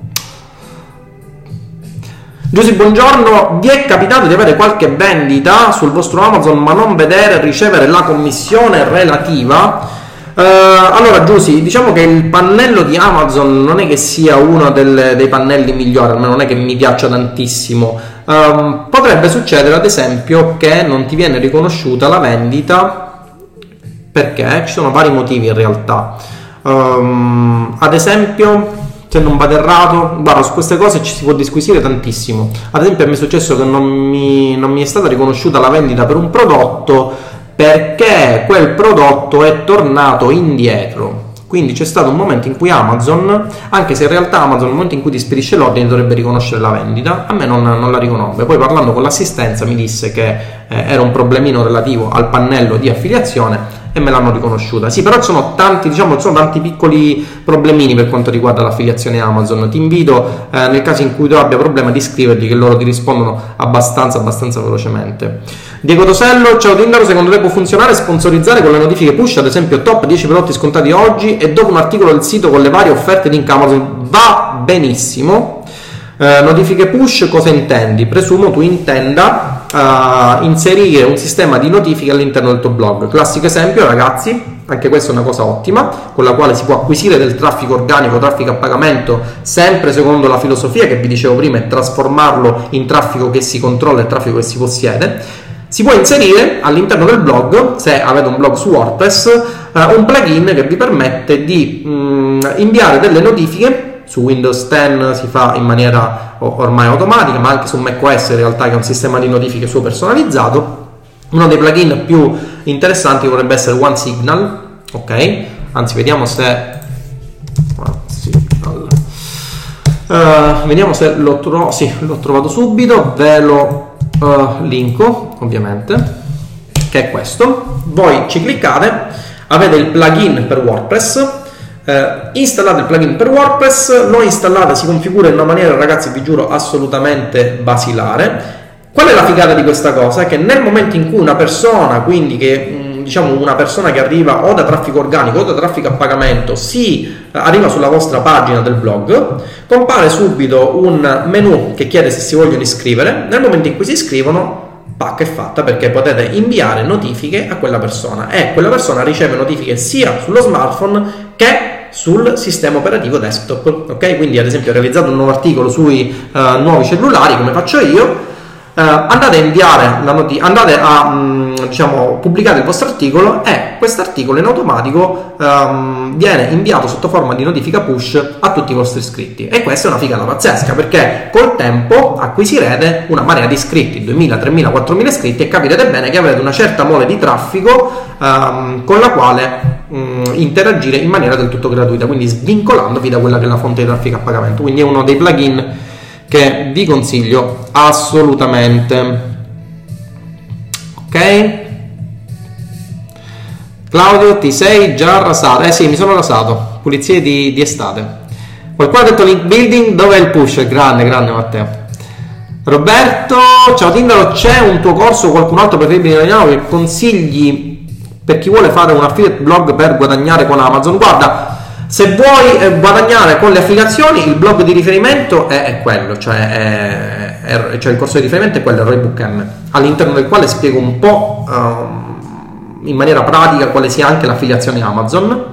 Giusy, buongiorno, vi è capitato di avere qualche vendita sul vostro Amazon ma non vedere e ricevere la commissione relativa? Uh, allora Giusy, diciamo che il pannello di Amazon non è che sia uno del, dei pannelli migliori, almeno non è che mi piaccia tantissimo. Um, potrebbe succedere ad esempio che non ti viene riconosciuta la vendita, perché ci sono vari motivi in realtà. Um, ad esempio, se non vado errato, guarda, su queste cose ci si può disquisire tantissimo. Ad esempio mi è successo che non mi, non mi è stata riconosciuta la vendita per un prodotto perché quel prodotto è tornato indietro. Quindi c'è stato un momento in cui Amazon, anche se in realtà Amazon nel momento in cui ti spedisce l'ordine dovrebbe riconoscere la vendita, a me non, non la riconobbe. Poi parlando con l'assistenza mi disse che eh, era un problemino relativo al pannello di affiliazione e me l'hanno riconosciuta. Sì, però ci sono tanti, diciamo, sono tanti piccoli problemini per quanto riguarda l'affiliazione Amazon. Ti invito, eh, nel caso in cui tu abbia problema, di scrivergli, che loro ti rispondono abbastanza, abbastanza velocemente. Diego Tosello, ciao Tindaro, secondo te può funzionare sponsorizzare con le notifiche push, ad esempio top dieci prodotti scontati oggi e dopo un articolo del sito con le varie offerte link Amazon? Va benissimo. Eh, notifiche push, cosa intendi? Presumo tu intenda uh, inserire un sistema di notifiche all'interno del tuo blog. Classico esempio, ragazzi, anche questa è una cosa ottima, con la quale si può acquisire del traffico organico, traffico a pagamento, sempre secondo la filosofia che vi dicevo prima, e trasformarlo in traffico che si controlla e traffico che si possiede. Si può inserire all'interno del blog, se avete un blog su WordPress, uh, un plugin che vi permette di um, inviare delle notifiche. Su Windows dieci si fa in maniera ormai automatica, ma anche su macOS in realtà, che è un sistema di notifiche suo personalizzato. Uno dei plugin più interessanti potrebbe essere OneSignal, ok? Anzi, vediamo se uh, vediamo se l'ho trovato. Sì, l'ho trovato subito, ve lo uh, linko ovviamente, che è questo. Voi ci cliccate, avete il plugin per WordPress. Uh, installate il plugin per WordPress, lo installate, si configura in una maniera, ragazzi, vi giuro, assolutamente basilare. Qual è la figata di questa cosa? È che nel momento in cui una persona, quindi che mh, diciamo una persona che arriva o da traffico organico o da traffico a pagamento, si uh, arriva sulla vostra pagina del blog, compare subito un menu che chiede se si vogliono iscrivere. Nel momento in cui si iscrivono, pacca è fatta, perché potete inviare notifiche a quella persona e quella persona riceve notifiche sia sullo smartphone che sul sistema operativo desktop, ok? Quindi ad esempio realizzate un nuovo articolo sui uh, nuovi cellulari, come faccio io, uh, andate a inviare la notifica, andate a mh, diciamo pubblicare il vostro articolo e questo articolo in automatico um, viene inviato sotto forma di notifica push a tutti i vostri iscritti. E questa è una figata pazzesca, perché col tempo acquisirete una marea di iscritti, duemila, tremila, quattromila iscritti, e capirete bene che avrete una certa mole di traffico um, con la quale interagire in maniera del tutto gratuita, quindi svincolandovi da quella che è la fonte di traffico a pagamento. Quindi è uno dei plugin che vi consiglio assolutamente. Ok, Claudio, ti sei già rasato? Eh sì, mi sono rasato, pulizie di, di estate. Qualcuno ha detto link building, dove è il push? Grande, grande Matteo. Roberto, ciao Tindaro, c'è un tuo corso o qualcun altro preferibile in italiano che consigli per chi vuole fare un affiliate blog per guadagnare con Amazon? Guarda, se vuoi eh, guadagnare con le affiliazioni, il blog di riferimento è, è quello, cioè, è, è, cioè il corso di riferimento è quello, Roybook M, all'interno del quale spiego un po' um, in maniera pratica quale sia anche l'affiliazione Amazon.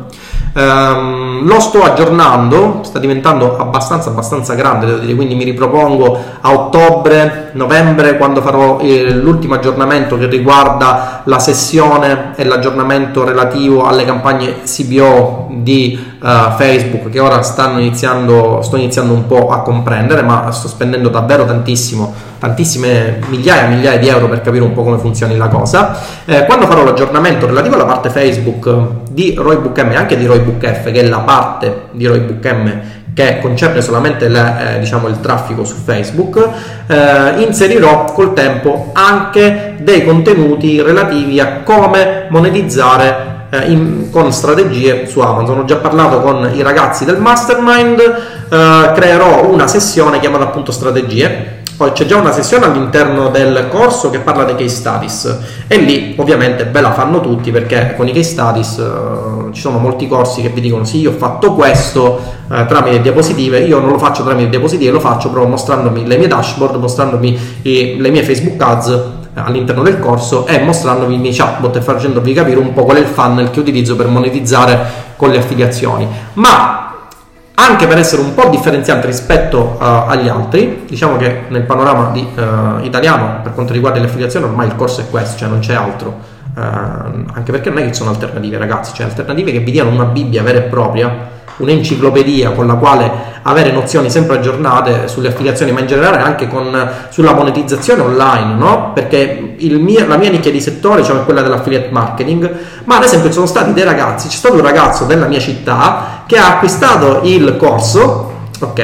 Um, lo sto aggiornando, sta diventando abbastanza abbastanza grande, devo dire, quindi mi ripropongo a ottobre, novembre, quando farò eh, l'ultimo aggiornamento che riguarda la sessione e l'aggiornamento relativo alle campagne C B O di uh, Facebook, che ora stanno iniziando, sto iniziando un po' a comprendere, ma sto spendendo davvero tantissimo, tantissime migliaia e migliaia di euro per capire un po' come funzioni la cosa. Eh, quando farò l'aggiornamento relativo alla parte Facebook di Roybook M e anche di Roybook F, che è la parte di Roybook M che concerne solamente le, eh, diciamo il traffico su Facebook, eh, inserirò col tempo anche dei contenuti relativi a come monetizzare eh, in, con strategie su Amazon. Ho già parlato con i ragazzi del Mastermind, eh, creerò una sessione chiamata appunto strategie. Poi c'è già una sessione all'interno del corso che parla dei case studies e lì ovviamente ve la fanno tutti, perché con i case studies uh, ci sono molti corsi che vi dicono sì, io ho fatto questo uh, tramite diapositive. Io non lo faccio tramite diapositive, lo faccio proprio mostrandomi le mie dashboard, mostrandomi i, le mie Facebook ads uh, all'interno del corso e mostrandovi i miei chatbot e facendovi capire un po' qual è il funnel che utilizzo per monetizzare con le affiliazioni. Ma anche per essere un po' differenziante rispetto uh, agli altri, diciamo che nel panorama di, uh, italiano per quanto riguarda le affiliazioni ormai il corso è questo, cioè non c'è altro, uh, anche perché non è che ci sono alternative, ragazzi, cioè alternative che vi diano una Bibbia vera e propria, un'enciclopedia con la quale avere nozioni sempre aggiornate sulle affiliazioni, ma in generale anche con, sulla monetizzazione online, no? Perché il mio, la mia nicchia di settore, cioè quella dell'affiliate marketing, ma ad esempio ci sono stati dei ragazzi, c'è stato un ragazzo della mia città che ha acquistato il corso, ok,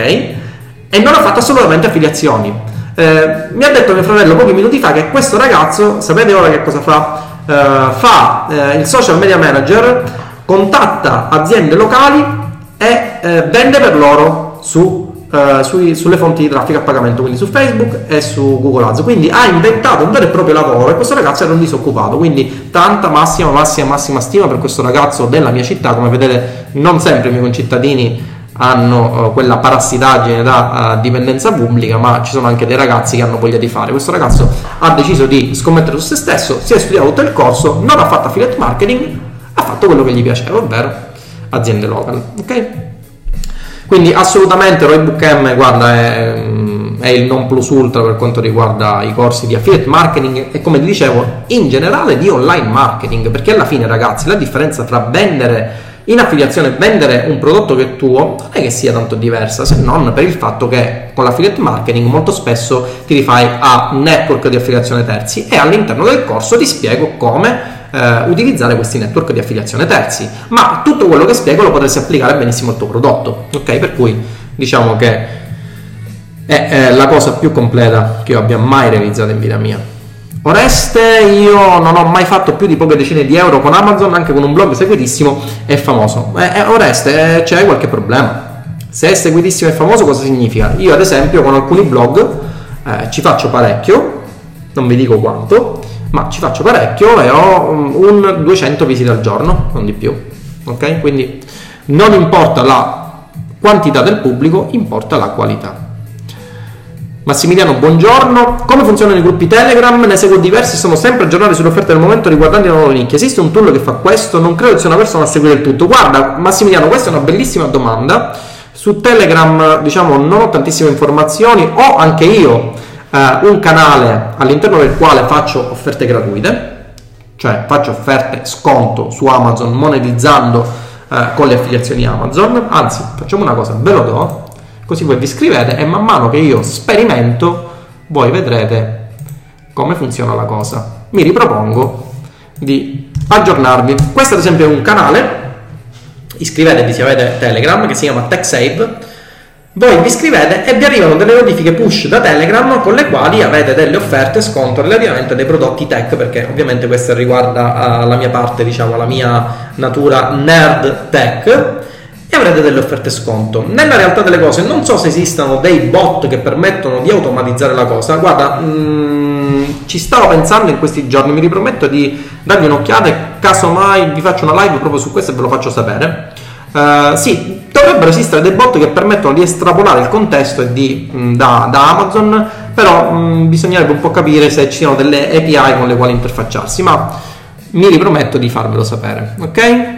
e non ha fatto assolutamente affiliazioni. Eh, mi ha detto mio fratello pochi minuti fa che questo ragazzo, sapete ora che cosa fa? Eh, fa eh, il social media manager, contatta aziende locali e eh, vende per loro su, eh, sui, sulle fonti di traffico a pagamento, quindi su Facebook e su Google Ads. Quindi ha inventato un vero e proprio lavoro e questo ragazzo era un disoccupato, quindi tanta massima massima massima stima per questo ragazzo della mia città. Come vedete non sempre i miei concittadini hanno uh, quella parassitaggine da uh, dipendenza pubblica, ma ci sono anche dei ragazzi che hanno voglia di fare. Questo ragazzo ha deciso di scommettere su se stesso, si è studiato tutto il corso, non ha fatto affiliate marketing, ha fatto quello che gli piaceva, ovvero aziende local, ok? Quindi assolutamente Roybook M, guarda, è, è il non plus ultra per quanto riguarda i corsi di affiliate marketing e, come dicevo, in generale di online marketing, perché alla fine, ragazzi, la differenza tra vendere in affiliazione e vendere un prodotto che è tuo non è che sia tanto diversa, se non per il fatto che con l'affiliate marketing molto spesso ti rifai a network di affiliazione terzi e all'interno del corso ti spiego come Uh, utilizzare questi network di affiliazione terzi, ma tutto quello che spiego lo potresti applicare benissimo al tuo prodotto, ok? Per cui diciamo che è, è la cosa più completa che io abbia mai realizzato in vita mia. Oreste, io non ho mai fatto più di poche decine di euro con Amazon, anche con un blog seguitissimo e famoso. Eh, eh, Oreste, eh, c'è qualche problema? Se è seguitissimo e famoso cosa significa? Io ad esempio con alcuni blog eh, ci faccio parecchio, non vi dico quanto, ma ci faccio parecchio e ho un duecento visite al giorno, non di più, ok? Quindi non importa la quantità del pubblico, importa la qualità. Massimiliano, buongiorno. Come funzionano i gruppi Telegram? Ne seguo diversi, sono sempre aggiornati sulle offerte del momento riguardanti la nuova nicchia. Esiste un tool che fa questo? Non credo sia una persona a seguire il tutto. Guarda, Massimiliano, questa è una bellissima domanda. Su Telegram, diciamo, non ho tantissime informazioni, ho anche io Uh, un canale all'interno del quale faccio offerte gratuite, cioè faccio offerte sconto su Amazon monetizzando uh, con le affiliazioni Amazon. Anzi, facciamo una cosa, ve lo do, così voi vi iscrivete e man mano che io sperimento voi vedrete come funziona la cosa. Mi ripropongo di aggiornarvi. Questo ad esempio è un canale, iscrivetevi se avete Telegram, che si chiama TechSave. Voi vi iscrivete e vi arrivano delle notifiche push da Telegram con le quali avete delle offerte sconto relativamente a dei prodotti tech, perché ovviamente questo riguarda uh, la mia parte, diciamo la mia natura nerd tech, e avrete delle offerte sconto. Nella realtà delle cose non so se esistano dei bot che permettono di automatizzare la cosa. Guarda, mh, ci stavo pensando in questi giorni, mi riprometto di darvi un'occhiata e casomai vi faccio una live proprio su questo e ve lo faccio sapere. Uh, sì, dovrebbero esistere dei bot che permettono di estrapolare il contesto e di, mh, da, da Amazon, però mh, bisognerebbe un po' capire se ci siano delle A P I con le quali interfacciarsi, ma mi riprometto di farvelo sapere, ok?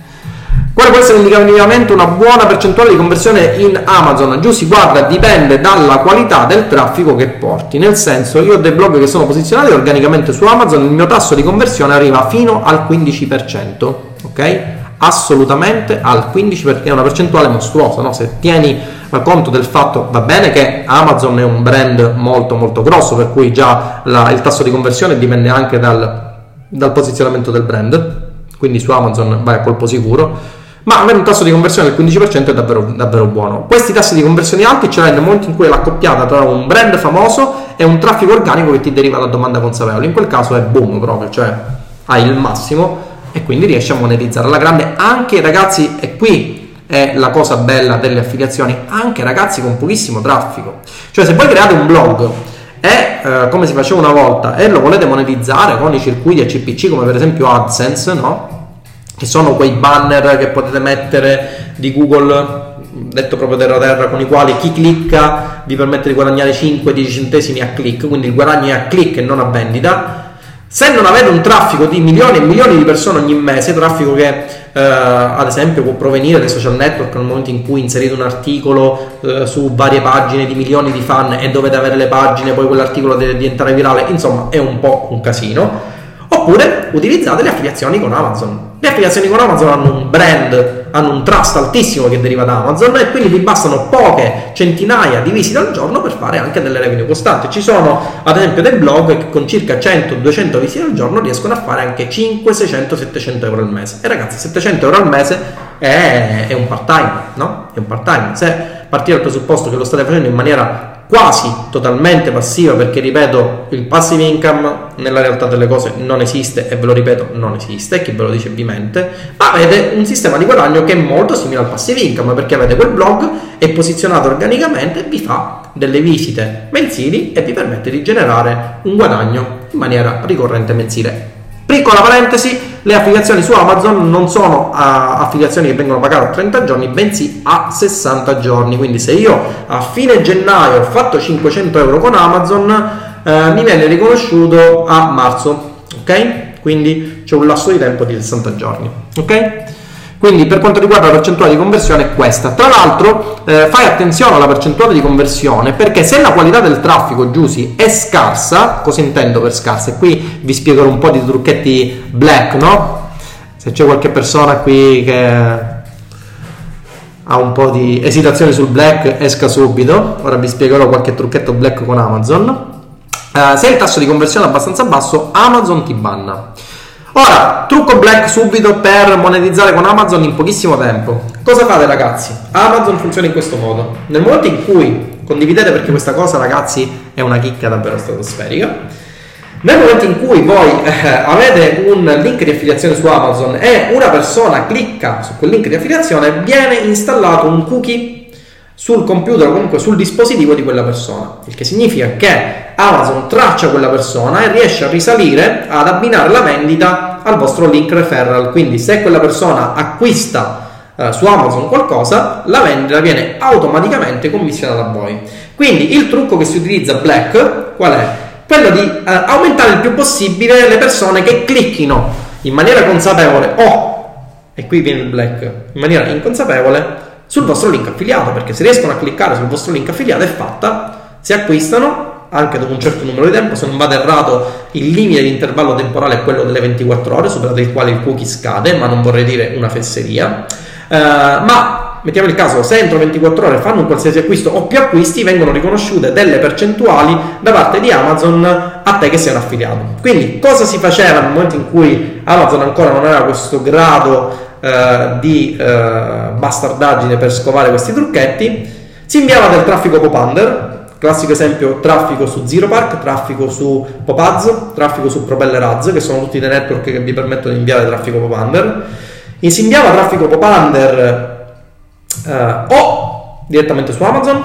Quale può essere indicativamente una buona percentuale di conversione in Amazon? Giù si guarda, dipende dalla qualità del traffico che porti, nel senso, io ho dei blog che sono posizionati organicamente su Amazon, il mio tasso di conversione arriva fino al quindici per cento, ok? Assolutamente al quindici per cento, è una percentuale mostruosa, no? Se tieni conto del fatto, va bene che Amazon è un brand molto molto grosso, per cui già la, il tasso di conversione dipende anche dal, dal posizionamento del brand, quindi su Amazon vai a colpo sicuro, ma avere un tasso di conversione del quindici per cento è davvero, davvero buono. Questi tassi di conversione alti ce l'hai nel momento in cui è l'accoppiata tra un brand famoso e un traffico organico che ti deriva da domanda consapevole. In quel caso è boom proprio, cioè hai il massimo e quindi riesci a monetizzare alla grande anche, ragazzi, e qui è la cosa bella delle affiliazioni, anche ragazzi con pochissimo traffico. Cioè se voi create un blog e eh, come si faceva una volta e lo volete monetizzare con i circuiti a C P C come per esempio AdSense, no? Che sono quei banner che potete mettere di Google, detto proprio terra terra, con i quali chi clicca vi permette di guadagnare cinque dieci centesimi a click, quindi il guadagno è a click e non a vendita. Se non avete un traffico di milioni e milioni di persone ogni mese, traffico che eh, ad esempio può provenire dai social network nel momento in cui inserite un articolo eh, su varie pagine di milioni di fan e dovete avere le pagine, poi quell'articolo deve diventare virale, insomma è un po' un casino. Oppure utilizzate le affiliazioni con Amazon. Le affiliazioni con Amazon hanno un brand, hanno un trust altissimo che deriva da Amazon e quindi vi bastano poche centinaia di visite al giorno per fare anche delle revenue costanti. Ci sono ad esempio dei blog che con circa cento duecento visite al giorno riescono a fare anche cinquecento, seicento, settecento euro al mese. E ragazzi, settecento euro al mese è, è un part time, no? È un part time. Se partire dal presupposto che lo state facendo in maniera quasi totalmente passiva, perché ripeto, il passive income nella realtà delle cose non esiste, e ve lo ripeto, non esiste, chi ve lo dice vi mente, ma avete un sistema di guadagno che è molto simile al passive income, perché avete quel blog, è posizionato organicamente, vi fa delle visite mensili e vi permette di generare un guadagno in maniera ricorrente mensile. Piccola parentesi, le affiliazioni su Amazon non sono uh, affiliazioni che vengono pagate a trenta giorni, bensì a sessanta giorni. Quindi se io a fine gennaio ho fatto cinquecento euro con Amazon, uh, mi viene riconosciuto a marzo, ok? Quindi c'è un lasso di tempo di sessanta giorni, ok? Quindi per quanto riguarda la percentuale di conversione è questa. Tra l'altro eh, fai attenzione alla percentuale di conversione, perché se la qualità del traffico, Giusy, è scarsa, cosa intendo per scarsa? E qui vi spiegherò un po' di trucchetti black, no? Se c'è qualche persona qui che ha un po' di esitazione sul black, esca subito. Ora vi spiegherò qualche trucchetto black con Amazon. Eh, se il tasso di conversione è abbastanza basso, Amazon ti banna. Ora, trucco black subito per monetizzare con Amazon in pochissimo tempo. Cosa fate, ragazzi? Amazon funziona in questo modo. Nel momento in cui condividete, perché questa cosa, ragazzi, è una chicca davvero stratosferica, nel momento in cui voi eh, avete un link di affiliazione su Amazon e una persona clicca su quel link di affiliazione, viene installato un cookie sul computer o comunque sul dispositivo di quella persona, il che significa che Amazon traccia quella persona e riesce a risalire ad abbinare la vendita al vostro link referral. Quindi se quella persona acquista eh, su Amazon qualcosa, la vendita viene automaticamente commissionata a voi. Quindi il trucco che si utilizza black qual è? Quello di eh, aumentare il più possibile le persone che clicchino in maniera consapevole o, e qui viene il black, in maniera inconsapevole sul vostro link affiliato, perché se riescono a cliccare sul vostro link affiliato è fatta, si acquistano anche dopo un certo numero di tempo. Se non vado errato, il limite di intervallo temporale è quello delle ventiquattro ore, superato il quale il cookie scade, ma non vorrei dire una fesseria. Uh, ma mettiamo il caso, se entro ventiquattro ore fanno un qualsiasi acquisto o più acquisti, vengono riconosciute delle percentuali da parte di Amazon a te che sei un affiliato. Quindi cosa si faceva nel momento in cui Amazon ancora non aveva questo grado Uh, di uh, bastardaggine per scovare questi trucchetti? Si inviava del traffico pop-under, classico esempio traffico su Zeropark, traffico su Popaz, traffico su Propeller Ads, che sono tutti dei network che vi permettono di inviare traffico pop-under. E si inviava traffico pop-under uh, o direttamente su Amazon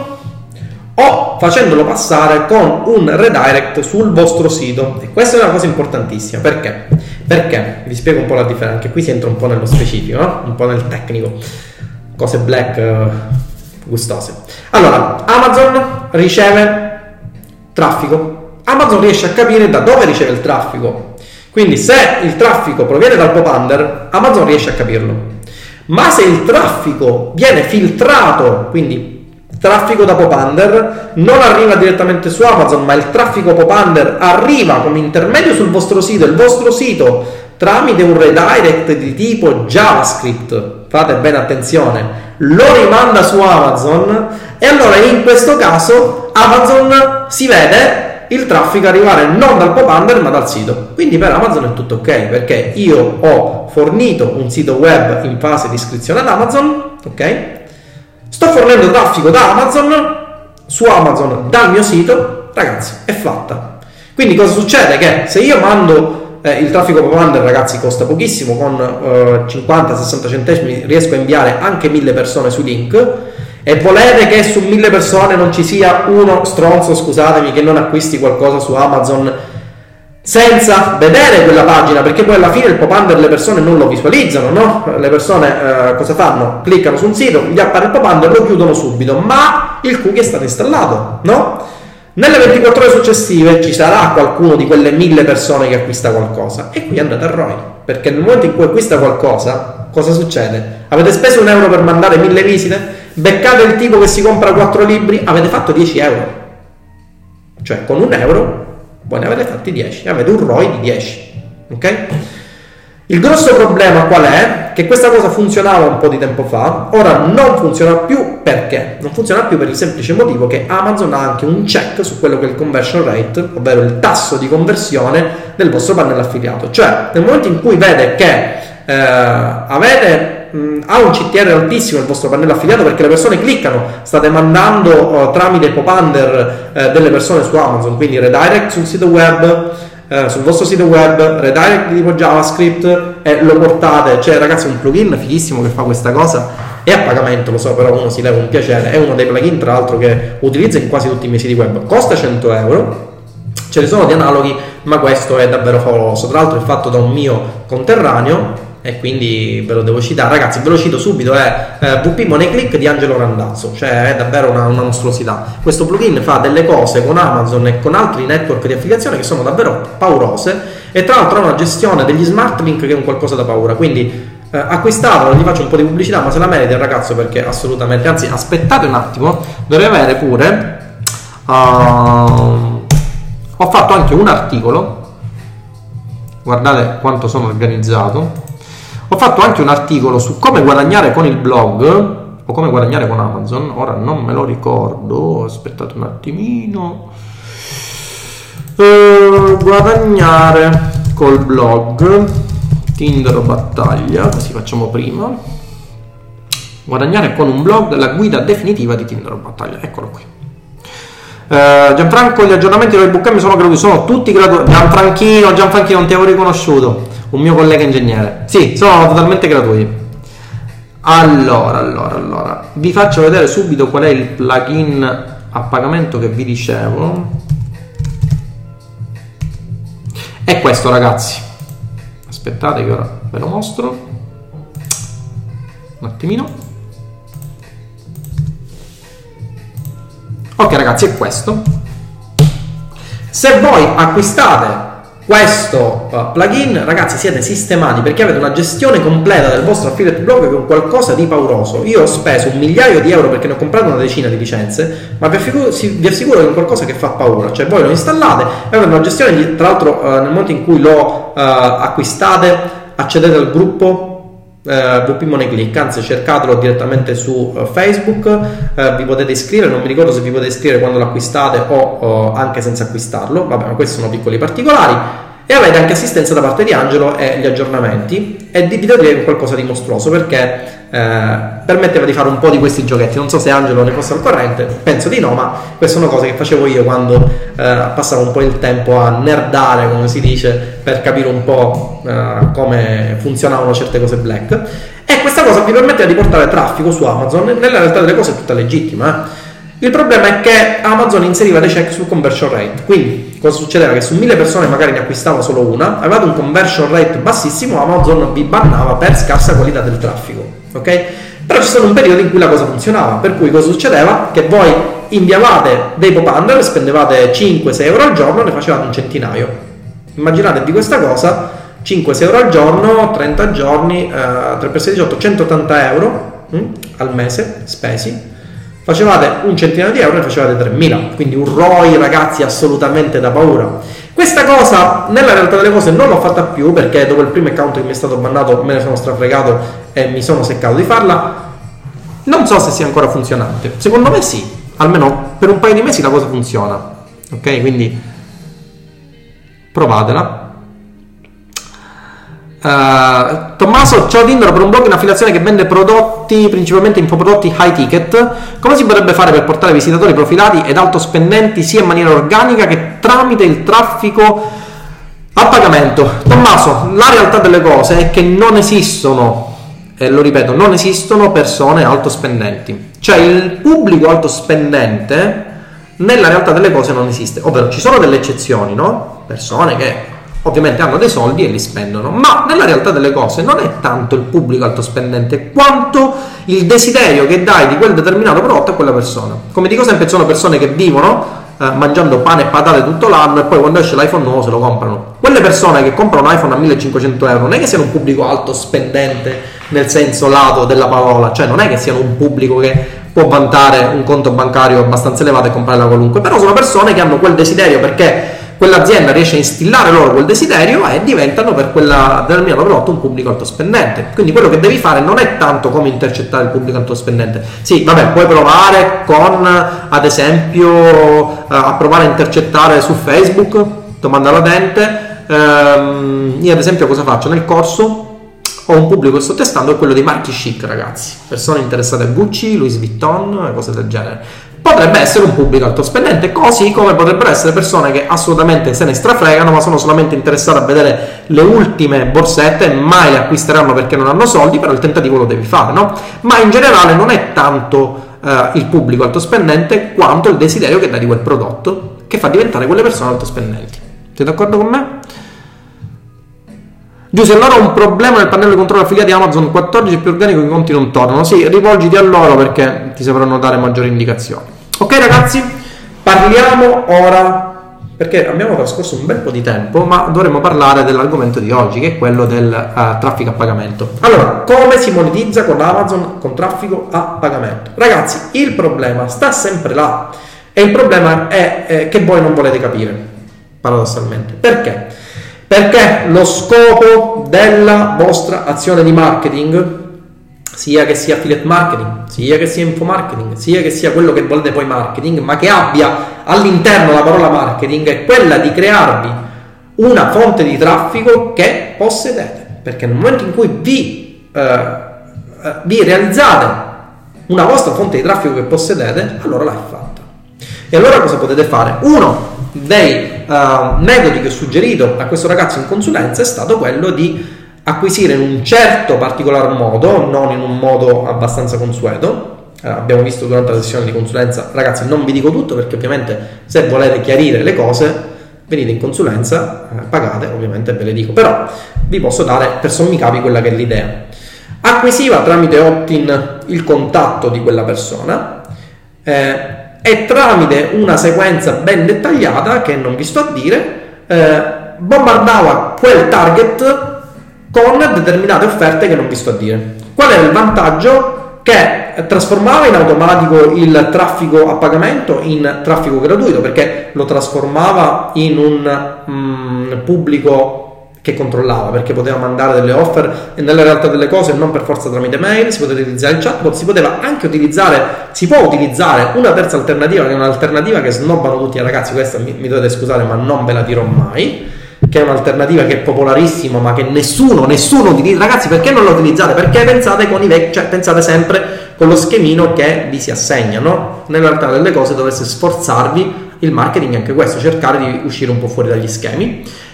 o facendolo passare con un redirect sul vostro sito. E questa è una cosa importantissima. Perché? Perché vi spiego un po' la differenza. Anche qui si entra un po' nello specifico, no? Un po' nel tecnico, cose black uh, gustose. Allora, Amazon riceve traffico. Amazon riesce a capire da dove riceve il traffico. Quindi se il traffico proviene dal pop-under, Amazon riesce a capirlo. Ma se il traffico viene filtrato, quindi traffico da pop-under, non arriva direttamente su Amazon, ma il traffico pop-under arriva come intermedio sul vostro sito, il vostro sito tramite un redirect di tipo JavaScript, fate bene attenzione, lo rimanda su Amazon, e allora in questo caso Amazon si vede il traffico arrivare non dal pop-under ma dal sito. Quindi per Amazon è tutto ok, perché io ho fornito un sito web in fase di iscrizione ad Amazon, ok? Sto fornendo traffico da Amazon su Amazon dal mio sito, ragazzi, è fatta. Quindi cosa succede? Che se io mando eh, il traffico pop-under, ragazzi, costa pochissimo, con eh, cinquanta sessanta centesimi riesco a inviare anche mille persone su link. E volete che su mille persone non ci sia uno stronzo, scusatemi, che non acquisti qualcosa su Amazon senza vedere quella pagina, perché poi alla fine il pop-under le persone non lo visualizzano, no? Le persone eh, cosa fanno? Cliccano su un sito, gli appare il pop-under, lo chiudono subito, ma il cookie è stato installato, no? Nelle ventiquattro ore successive ci sarà qualcuno di quelle mille persone che acquista qualcosa, e qui andate a ROI, perché nel momento in cui acquista qualcosa, cosa succede? Avete speso un euro per mandare mille visite? Beccate il tipo che si compra quattro libri, avete fatto dieci euro. Cioè con un euro voi ne avete fatti dieci, avete un ROI di dieci, ok? Il grosso problema qual è? Che questa cosa funzionava un po' di tempo fa, ora non funziona più. Perché? Non funziona più per il semplice motivo che Amazon ha anche un check su quello che è il conversion rate, ovvero il tasso di conversione del vostro pannello affiliato. Cioè nel momento in cui vede che eh, avete ha un C T R altissimo il vostro pannello affiliato, perché le persone cliccano, state mandando uh, tramite pop-under uh, delle persone su Amazon, quindi redirect sul sito web, uh, sul vostro sito web, redirect di tipo JavaScript, e lo portate. Cioè ragazzi, un plugin fighissimo che fa questa cosa, è a pagamento, lo so, però uno si leva un piacere, è uno dei plugin tra l'altro che utilizzo in quasi tutti i miei siti web, costa cento euro. Ce ne sono di analoghi, ma questo è davvero favoloso. Tra l'altro è fatto da un mio conterraneo e quindi ve lo devo citare, ragazzi, ve lo cito subito, è eh, W P Money Click di Angelo Randazzo, cioè è davvero una, una mostruosità. Questo plugin fa delle cose con Amazon e con altri network di affiliazione che sono davvero paurose, e tra l'altro ha una gestione degli smart link che è un qualcosa da paura. Quindi eh, acquistatelo, gli faccio un po' di pubblicità, ma se la merita il ragazzo, perché assolutamente, anzi aspettate un attimo, dovrei avere pure uh, ho fatto anche un articolo, guardate quanto sono organizzato. Ho fatto anche un articolo su come guadagnare con il blog o come guadagnare con Amazon, ora non me lo ricordo, aspettate un attimino. Uh, guadagnare col blog, Tinder battaglia, così facciamo prima. Guadagnare con un blog, la guida definitiva di Tinder battaglia, eccolo qui. Uh, Gianfranco, gli aggiornamenti del Bookcamp sono gratuiti, sono tutti gratuiti. Gianfranchino, Gianfranchino, non ti avevo riconosciuto, un mio collega ingegnere. Sì, sono totalmente gratuiti. Allora, allora, allora, vi faccio vedere subito qual è il plugin a pagamento che vi dicevo. È questo, ragazzi. Aspettate che ora ve lo mostro. Un attimino. Ok ragazzi, è questo. Se voi acquistate questo uh, plugin, ragazzi, siete sistemati, perché avete una gestione completa del vostro affiliate blog che è un qualcosa di pauroso. Io ho speso un migliaio di euro perché ne ho comprato una decina di licenze, ma vi assicuro, vi assicuro che è un qualcosa che fa paura. Cioè voi lo installate e avete una gestione di, tra l'altro uh, nel momento in cui lo uh, acquistate, accedete al gruppo Uh, W P Money Click, anzi cercatelo direttamente su uh, Facebook, uh, vi potete iscrivere, non mi ricordo se vi potete iscrivere quando lo acquistate o uh, anche senza acquistarlo, vabbè, ma questi sono piccoli particolari, e avete anche assistenza da parte di Angelo e gli aggiornamenti, e vi devo dire qualcosa di mostruoso, perché eh, permetteva di fare un po' di questi giochetti. Non so se Angelo ne fosse al corrente, penso di no, ma queste sono cose che facevo io quando eh, passavo un po' il tempo a nerdare, come si dice, per capire un po' eh, come funzionavano certe cose black. e questa cosa vi permette di portare traffico su Amazon. Nella realtà delle cose è tutta legittima, eh? Il problema è che Amazon inseriva dei check sul conversion rate, quindi cosa succedeva? Che su mille persone magari ne acquistava solo una, avevate un conversion rate bassissimo, Amazon vi bannava per scarsa qualità del traffico, ok? Però c'è stato un periodo in cui la cosa funzionava, per cui cosa succedeva? Che voi inviavate dei pop-under, spendevate cinque sei euro al giorno, ne facevate un centinaio. Immaginatevi questa cosa, cinque sei euro al giorno, trenta giorni, eh, tre per sei diciotto, centottanta euro hm, al mese spesi. Facevate un centinaio di euro e ne facevate tremila, quindi un R O I, ragazzi, assolutamente da paura. Questa cosa nella realtà delle cose non l'ho fatta più, perché dopo il primo account che mi è stato bannato me ne sono strafregato e mi sono seccato di farla. Non so se sia ancora funzionante, secondo me sì, almeno per un paio di mesi la cosa funziona, ok? Quindi provatela. Uh, Tommaso, ciao Tindaro, per un blog in affiliazione che vende prodotti, principalmente infoprodotti high ticket, come si potrebbe fare per portare visitatori profilati ed alto spendenti sia in maniera organica che tramite il traffico a pagamento? Tommaso, la realtà delle cose è che non esistono, e lo ripeto, non esistono persone alto spendenti, cioè il pubblico alto spendente nella realtà delle cose non esiste, ovvero ci sono delle eccezioni, no? Persone che ovviamente hanno dei soldi e li spendono, ma nella realtà delle cose non è tanto il pubblico alto spendente quanto il desiderio che dai di quel determinato prodotto a quella persona. Come dico sempre, sono persone che vivono eh, mangiando pane e patate tutto l'anno e poi quando esce l'iPhone nuovo se lo comprano. Quelle persone che comprano un iPhone a millecinquecento euro non è che siano un pubblico alto spendente nel senso lato della parola, cioè non è che siano un pubblico che può vantare un conto bancario abbastanza elevato e comprarla qualunque, però sono persone che hanno quel desiderio perché quell'azienda riesce a instillare loro quel desiderio e diventano per quella determinato prodotto un pubblico alto spendente. Quindi quello che devi fare non è tanto come intercettare il pubblico alto spendente. Sì, vabbè, puoi provare con, ad esempio, a provare a intercettare su Facebook, domanda latente. Ehm, io ad esempio cosa faccio? Nel corso ho un pubblico che sto testando, è quello dei marchi chic, ragazzi, persone interessate a Gucci, Louis Vuitton e cose del genere. Potrebbe essere un pubblico alto spendente, così come potrebbero essere persone che assolutamente se ne strafregano ma sono solamente interessate a vedere le ultime borsette e mai le acquisteranno perché non hanno soldi, però il tentativo lo devi fare, no? Ma in generale non è tanto eh, il pubblico alto spendente quanto il desiderio che dà di quel prodotto che fa diventare quelle persone alto spendenti. Siete d'accordo con me? Giuseppe, allora ho un problema nel pannello di controllo affiliati Amazon quattordici più organico, i conti non tornano. Sì, rivolgiti a loro perché ti sapranno dare maggiori indicazioni. Ok ragazzi, parliamo ora, perché abbiamo trascorso un bel po' di tempo, ma dovremmo parlare dell'argomento di oggi, che è quello del uh, traffico a pagamento. Allora, come si monetizza con Amazon con traffico a pagamento? Ragazzi, il problema sta sempre là, e il problema è eh, che voi non volete capire, paradossalmente. Perché? Perché lo scopo della vostra azione di marketing, sia che sia affiliate marketing, sia che sia info marketing, sia che sia quello che volete poi marketing, ma che abbia all'interno la parola marketing, è quella di crearvi una fonte di traffico che possedete. Perché nel momento in cui vi, eh, vi realizzate una vostra fonte di traffico che possedete, allora l'hai fatta. E allora cosa potete fare? Uno dei uh, metodi che ho suggerito a questo ragazzo in consulenza è stato quello di acquisire in un certo particolar modo, non in un modo abbastanza consueto. Uh, abbiamo visto durante la sessione di consulenza, ragazzi, non vi dico tutto perché ovviamente se volete chiarire le cose venite in consulenza, uh, pagate, ovviamente ve le dico, però vi posso dare per sommi capi quella che è l'idea. Acquisiva tramite opt-in il contatto di quella persona, eh, e tramite una sequenza ben dettagliata che non vi sto a dire eh, bombardava quel target con determinate offerte che non vi sto a dire. Qual era il vantaggio? Che trasformava in automatico il traffico a pagamento in traffico gratuito, perché lo trasformava in un mm, pubblico che controllava, perché poteva mandare delle offer e nella realtà delle cose non per forza tramite mail, si poteva utilizzare il chatbot, si poteva anche utilizzare, si può utilizzare una terza alternativa, che è un'alternativa che snobbano tutti, ragazzi, questa mi, mi dovete scusare ma non ve la dirò mai, che è un'alternativa che è popolarissima ma che nessuno, nessuno utilizza. Ragazzi, perché non la utilizzate? Perché pensate con i vecchi, cioè pensate sempre con lo schemino che vi si assegna, no? Nella realtà delle cose dovreste sforzarvi, il marketing è anche questo, cercare di uscire un po' fuori dagli schemi. E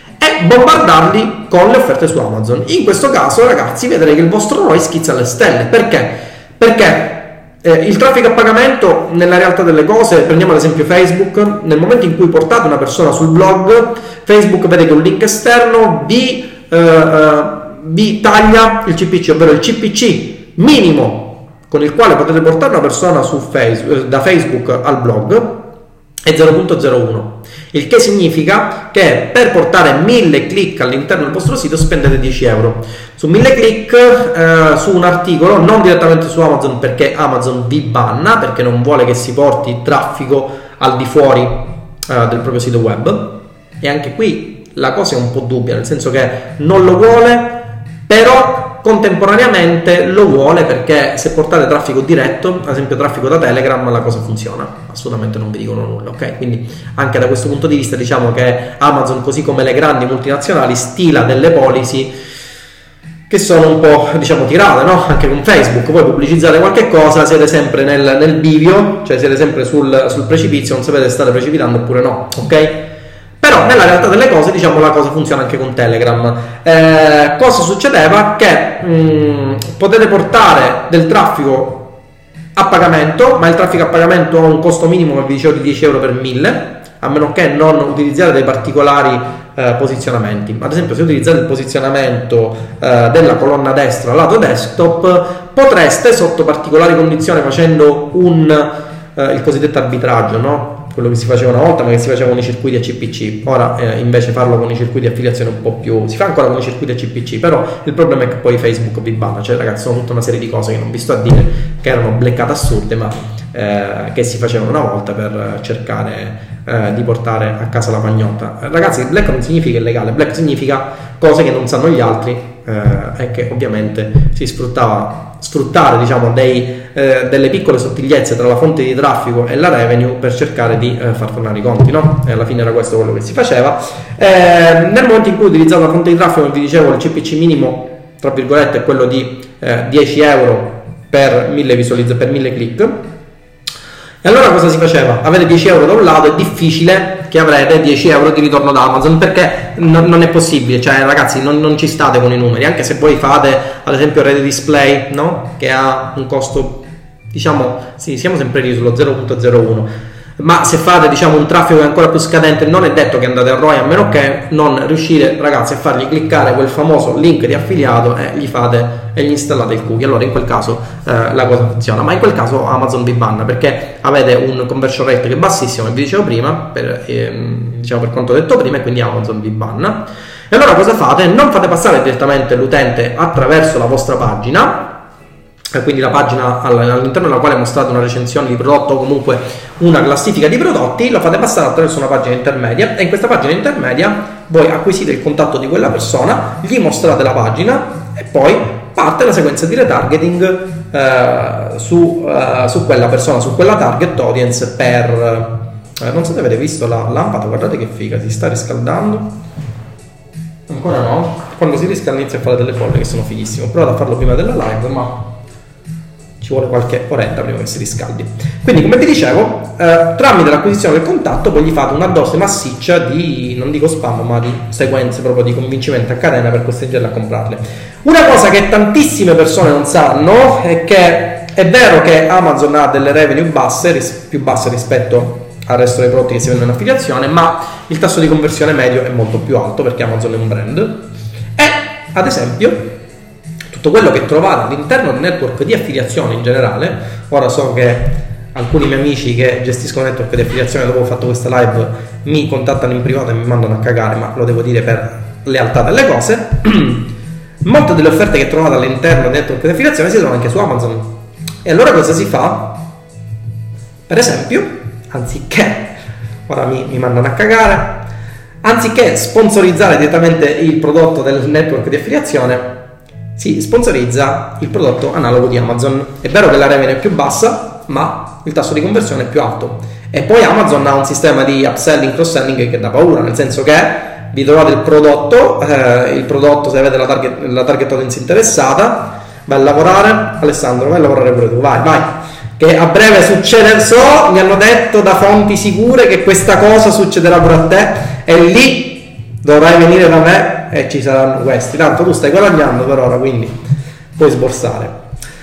bombardarli con le offerte su Amazon. In questo caso, ragazzi, vedrete che il vostro R O I schizza alle stelle. Perché? Perché eh, il traffico a pagamento, nella realtà delle cose, prendiamo ad esempio Facebook, nel momento in cui portate una persona sul blog, Facebook vede che un link esterno vi, eh, eh, vi taglia il C P C, ovvero il C P C minimo con il quale potete portare una persona su Facebook, da Facebook al blog, è zero virgola zero uno, il che significa che per portare mille click all'interno del vostro sito spendete dieci euro. Su mille click eh, su un articolo, non direttamente su Amazon, perché Amazon vi banna, perché non vuole che si porti traffico al di fuori eh, del proprio sito web. E anche qui la cosa è un po' dubbia, nel senso che non lo vuole, però contemporaneamente lo vuole, perché se portate traffico diretto, ad esempio traffico da Telegram, la cosa funziona, assolutamente non vi dicono nulla, ok? Quindi anche da questo punto di vista diciamo che Amazon, così come le grandi multinazionali, stila delle policy che sono un po', diciamo, tirate, no? Anche con Facebook, voi pubblicizzate qualche cosa, siete sempre nel, nel bivio, cioè siete sempre sul, sul precipizio, non sapete se state precipitando oppure no, ok? Però nella realtà delle cose, diciamo, la cosa funziona anche con Telegram. Eh, cosa succedeva? Che mh, potete portare del traffico a pagamento, ma il traffico a pagamento ha un costo minimo, come vi dicevo, di dieci euro per mille, a meno che non utilizzate dei particolari eh, posizionamenti. Ad esempio, se utilizzate il posizionamento eh, della colonna destra lato desktop, potreste, sotto particolari condizioni, facendo un eh, il cosiddetto arbitraggio, no? Quello che si faceva una volta, ma che si faceva con i circuiti A C P C. Ora eh, invece farlo con i circuiti di affiliazione un po' più, si fa ancora con i circuiti A C P C, però il problema è che poi Facebook vi banna. Cioè, ragazzi, sono tutta una serie di cose che non vi sto a dire, che erano bleccate assurde, ma eh, che si facevano una volta per cercare eh, di portare a casa la pagnotta. Eh, ragazzi, black non significa illegale, black significa cose che non sanno gli altri eh, e che ovviamente si sfruttava sfruttare, diciamo, dei, eh, delle piccole sottigliezze tra la fonte di traffico e la revenue per cercare di eh, far tornare i conti, no? E alla fine era questo quello che si faceva. Eh, nel momento in cui utilizzavo la fonte di traffico, vi dicevo, il C P C minimo, tra virgolette, è quello di eh, dieci euro per mille visualizzazioni, per mille click. E allora cosa si faceva? Avete dieci euro da un lato, è difficile che avrete dieci euro di ritorno da Amazon, perché non, non è possibile, cioè ragazzi non, non ci state con i numeri, anche se voi fate ad esempio rete display, no? Che ha un costo, diciamo, sì, siamo sempre lì sullo zero virgola zero uno, ma se fate, diciamo, un traffico che è ancora più scadente, non è detto che andate a R O I, a meno che non riuscire, ragazzi, a fargli cliccare quel famoso link di affiliato e gli fate e gli installate il cookie. Allora in quel caso eh, la cosa funziona, ma in quel caso Amazon vi banna, perché avete un conversion rate che è bassissimo, come vi dicevo prima, per, ehm, diciamo, per quanto detto prima, e quindi Amazon vi banna. E allora cosa fate? Non fate passare direttamente l'utente attraverso la vostra pagina, quindi la pagina all'interno della quale mostrate una recensione di prodotto o comunque una classifica di prodotti, lo fate passare attraverso una pagina intermedia, e in questa pagina intermedia voi acquisite il contatto di quella persona, gli mostrate la pagina e poi parte la sequenza di retargeting eh, su, eh, su quella persona, su quella target audience per... Eh, non so se avete visto la lampada, guardate che figa, si sta riscaldando. Ancora no? Quando si riscalda inizia a fare delle folle che sono fighissime. Ho provato a farlo prima della live, ma ci vuole qualche oretta prima che si riscaldi. Quindi, come vi dicevo, eh, tramite l'acquisizione del contatto poi gli fate una dose massiccia di, non dico spam, ma di sequenze proprio di convincimento a catena per costringerle a comprarle. Una cosa che tantissime persone non sanno è che è vero che Amazon ha delle revenue basse, ris- più basse rispetto al resto dei prodotti che si vendono in affiliazione, ma il tasso di conversione medio è molto più alto, perché Amazon è un brand. E, ad esempio, tutto quello che trovate all'interno del network di affiliazione in generale, ora so che alcuni miei amici che gestiscono network di affiliazione, dopo ho fatto questa live, mi contattano in privato e mi mandano a cagare, ma lo devo dire per lealtà delle cose. Molte delle offerte che trovate all'interno del network di affiliazione si trovano anche su Amazon. E allora cosa si fa? Per esempio, anziché, ora mi, mi mandano a cagare, anziché sponsorizzare direttamente il prodotto del network di affiliazione, si sponsorizza il prodotto analogo di Amazon. È vero che la revenue è più bassa, ma il tasso di conversione è più alto. E poi Amazon ha un sistema di upselling, cross-selling che dà paura, nel senso che vi trovate il prodotto, eh, il prodotto, se avete la target, la target audience interessata, vai a lavorare, Alessandro, vai a lavorare pure tu, vai, vai, che a breve succede, so, mi hanno detto da fonti sicure che questa cosa succederà pure a te, e lì dovrai venire da me e ci saranno questi. Tanto tu stai guadagnando per ora, quindi puoi sborsare.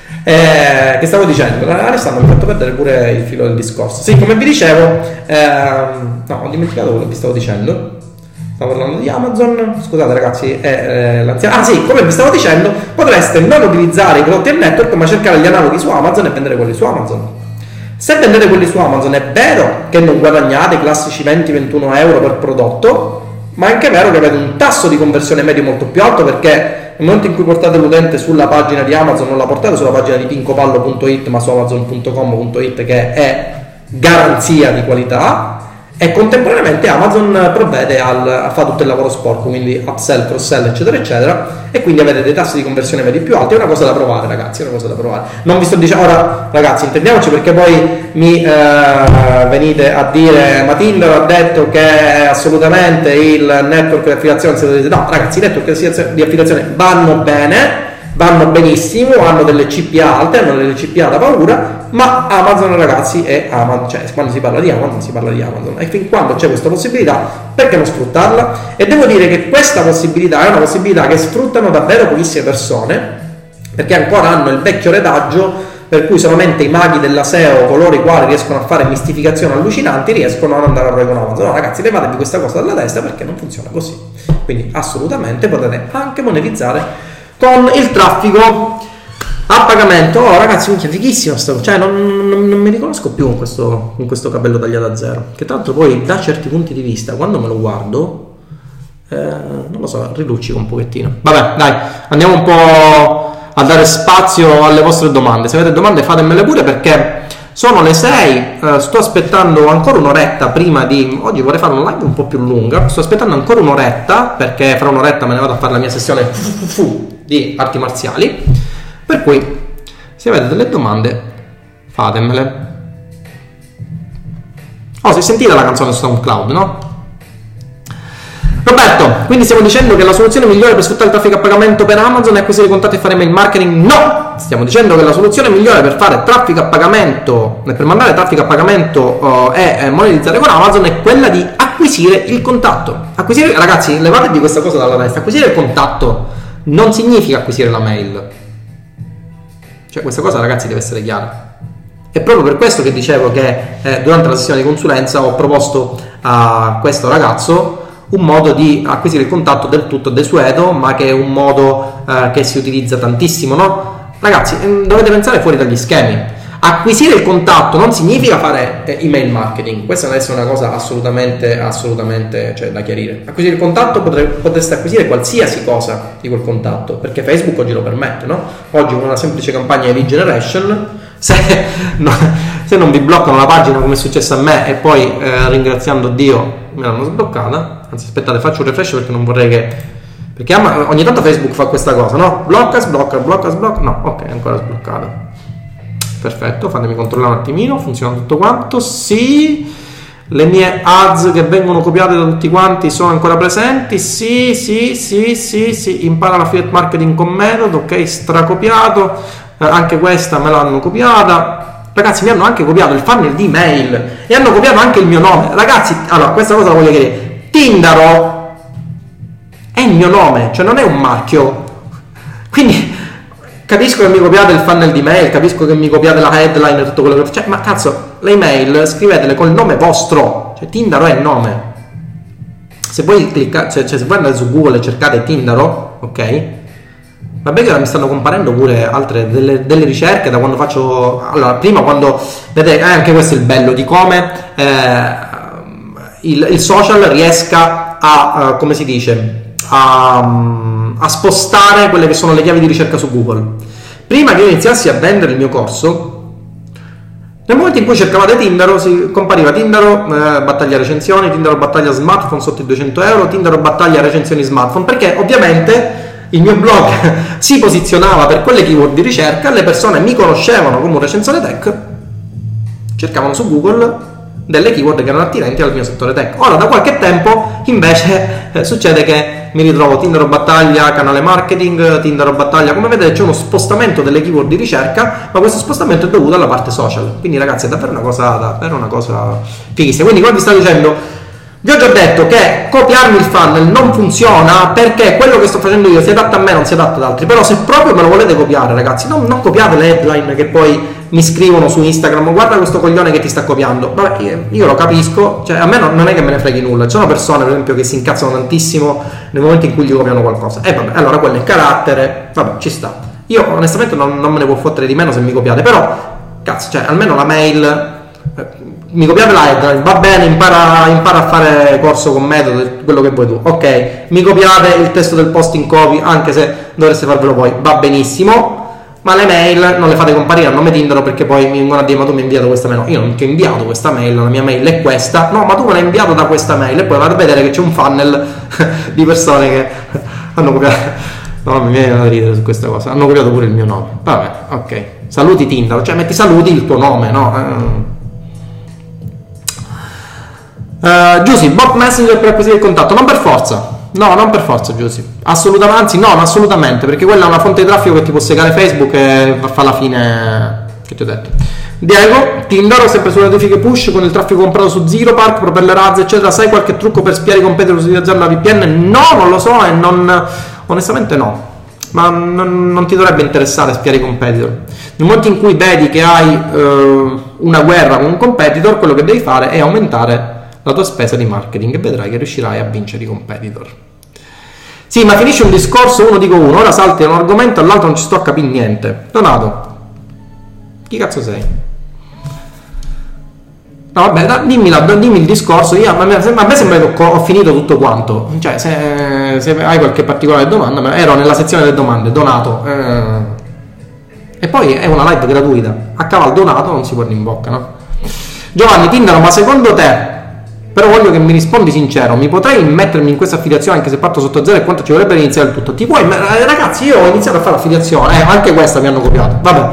Eh, che stavo dicendo? Alessandro mi ha fatto perdere pure il filo del discorso. Sì, come vi dicevo, ehm, no, ho dimenticato quello che vi stavo dicendo. Stavo parlando di Amazon. Scusate ragazzi, è eh, l'anziano. Ah sì, come vi stavo dicendo, potreste non utilizzare i prodotti del network, ma cercare gli analoghi su Amazon e vendere quelli su Amazon. Se vendete quelli su Amazon è vero che non guadagnate i classici venti ventuno euro per prodotto, ma è anche vero che avete un tasso di conversione medio molto più alto, perché nel momento in cui portate l'utente sulla pagina di Amazon, non la portate sulla pagina di pincopallo punto it ma su amazon punto com punto it, che è garanzia di qualità, e contemporaneamente Amazon provvede al, a fare tutto il lavoro sporco, quindi upsell, cross-sell eccetera eccetera, e quindi avete dei tassi di conversione medi più alti. È una cosa da provare ragazzi, è una cosa da provare. Non vi sto dicendo ora ragazzi, intendiamoci, perché poi mi eh, venite a dire ma Tinder ha detto che assolutamente il network di affiliazione, no ragazzi, i network di affiliazione vanno bene, vanno benissimo, hanno delle C P A alte, hanno delle C P A da paura, ma Amazon ragazzi è Amazon, cioè quando si parla di Amazon si parla di Amazon, e fin quando c'è questa possibilità perché non sfruttarla? E devo dire che questa possibilità è una possibilità che sfruttano davvero pochissime persone, perché ancora hanno il vecchio retaggio per cui solamente i maghi della S E O, coloro i quali riescono a fare mistificazioni allucinanti, riescono ad andare a con Amazon. No ragazzi, levatevi questa cosa dalla testa, perché non funziona così. Quindi assolutamente potete anche monetizzare con il traffico a pagamento. Oh ragazzi, minchia, fighissimo sto, cioè non, non, non mi riconosco più con questo, con questo capello tagliato a zero, che tra l'altro poi da certi punti di vista quando me lo guardo eh, non lo so, riluccico un pochettino. Vabbè dai, andiamo un po' a dare spazio alle vostre domande. Se avete domande fatemele pure, perché sono le sei, eh, sto aspettando ancora un'oretta prima di... Oggi vorrei fare una live un po' più lunga, sto aspettando ancora un'oretta, perché fra un'oretta me ne vado a fare la mia sessione di arti marziali, per cui se avete delle domande fatemele. Oh, si è sentita la canzone su SoundCloud, no? Roberto, quindi stiamo dicendo che la soluzione migliore per sfruttare il traffico a pagamento per Amazon è acquisire contatti e fare mail marketing? No! Stiamo dicendo che la soluzione migliore per fare traffico a pagamento, per mandare traffico a pagamento uh, e monetizzare con Amazon è quella di acquisire il contatto. Acquisire, ragazzi, levatevi questa cosa dalla testa. Acquisire il contatto non significa acquisire la mail. Cioè questa cosa ragazzi deve essere chiara. È proprio per questo che dicevo che eh, durante la sessione di consulenza ho proposto a questo ragazzo un modo di acquisire il contatto del tutto desueto, ma che è un modo eh, che si utilizza tantissimo, no? Ragazzi, dovete pensare fuori dagli schemi. Acquisire il contatto non significa fare eh, email marketing. Questa deve essere una cosa assolutamente, assolutamente, cioè, da chiarire. Acquisire il contatto, potre, potreste acquisire qualsiasi cosa di quel contatto, perché Facebook oggi lo permette, no? Oggi con una semplice campagna di lead generation, se, no, se non vi bloccano la pagina come è successo a me e poi eh, ringraziando Dio me l'hanno sbloccata. Anzi, aspettate, faccio un refresh perché non vorrei che... Perché ogni tanto Facebook fa questa cosa, no? Blocca, sblocca, blocca, sblocca. No, ok, è ancora sbloccata. Perfetto, fatemi controllare un attimino, funziona tutto quanto. Sì, le mie ads che vengono copiate da tutti quanti sono ancora presenti. Sì, sì, sì, sì, sì. Impara l'affiliate marketing con metodo, ok, stracopiato. Eh, anche questa me l'hanno copiata. Ragazzi, mi hanno anche copiato il funnel di email e hanno copiato anche il mio nome. Ragazzi, allora, questa cosa la voglio dire. Tindaro è il mio nome, cioè non è un marchio. Quindi capisco che mi copiate il funnel di mail, capisco che mi copiate la headline e tutto quello che faccio, cioè, ma cazzo, le email scrivetele col nome vostro, cioè Tindaro è il nome. Se voi cliccate, cioè, cioè se voi andate su Google e cercate Tindaro, ok? Vabbè che ora mi stanno comparendo pure altre delle, delle ricerche da quando faccio. Allora, prima quando vedete, eh, anche questo è il bello di come eh, il, il social riesca a, uh, come si dice, a, um, a spostare quelle che sono le chiavi di ricerca su Google. Prima che io iniziassi a vendere il mio corso, nel momento in cui cercavate Tindaro, si compariva Tindaro eh, battaglia recensioni, Tindaro battaglia smartphone sotto i duecento euro, Tindaro battaglia recensioni smartphone, perché ovviamente il mio blog si posizionava per quelle keyword di ricerca, le persone mi conoscevano come un recensore tech, cercavano su Google delle keyword che erano attinenti al mio settore tech. Ora da qualche tempo invece eh, succede che mi ritrovo Tindaro battaglia canale marketing, Tindaro battaglia, come vedete c'è uno spostamento delle keyword di ricerca, ma questo spostamento è dovuto alla parte social. Quindi ragazzi è davvero una cosa, davvero una cosa fighissima. Quindi come vi sto dicendo, Vi ho già detto che copiarmi il funnel non funziona perché quello che sto facendo io si adatta a me, non si adatta ad altri. Però se proprio me lo volete copiare, ragazzi, non, non copiate le headline che poi mi scrivono su Instagram: guarda questo coglione che ti sta copiando. Vabbè, io, io lo capisco, cioè a me non, non è che me ne freghi nulla. Ci sono persone, per esempio, che si incazzano tantissimo nel momento in cui gli copiano qualcosa. E vabbè, allora quello è carattere, vabbè, ci sta. Io onestamente non, non me ne può fottere di meno se mi copiate, però cazzo, cioè almeno la mail, mi copiate la headline, va bene, impara, impara a fare corso con metodo, quello che vuoi tu, ok. Mi copiate il testo del post in copy, anche se dovreste farvelo voi, va benissimo, ma le mail non le fate comparire a nome Tinder, perché poi mi vengono a dire: ma tu mi hai inviato questa mail? No, io non ti ho inviato questa mail, la mia mail è questa. No, ma tu me l'hai inviato da questa mail. E poi vado a vedere che c'è un funnel di persone che hanno copiato. No, mi viene da ridere su questa cosa, hanno copiato pure il mio nome. Vabbè, ok, saluti Tinder, cioè metti saluti il tuo nome, no? Uh, Giusy, bot messenger per acquisire il contatto? Non per forza, no, non per forza, Giusy, assolutamente, anzi, no, assolutamente, perché quella è una fonte di traffico che ti può segare Facebook e fa la fine che ti ho detto. Diego, Tinder, sempre sulle notifiche push con il traffico comprato su Zero Park, Propeller Ads, eccetera. Sai qualche trucco per spiare i competitor utilizzando la V P N? No, non lo so e non, onestamente no, ma non, non ti dovrebbe interessare spiare i competitor. Nel momento in cui vedi che hai uh, una guerra con un competitor, quello che devi fare è aumentare la tua spesa di marketing e vedrai che riuscirai a vincere i competitor. Sì, ma finisce un discorso, uno dico uno, ora salti da un argomento all'altro, non ci sto a capire niente. Donato, chi cazzo sei? No, vabbè, da, dimmi, la, dimmi il discorso. Io, a, me, a me sembra che ho, ho finito tutto quanto. Cioè, se, se hai qualche particolare domanda, ma ero nella sezione delle domande. Donato, eh, e poi è una live gratuita. A cavallo Donato non si porta in bocca, no? Giovanni Tindaro, ma secondo te, però voglio che mi rispondi sincero, mi potrei mettermi in questa affiliazione anche se parto sotto zero, e quanto ci vorrebbe iniziare il tutto? Ti puoi, ragazzi, io ho iniziato a fare affiliazione, eh, anche questa mi hanno copiato, vabbè.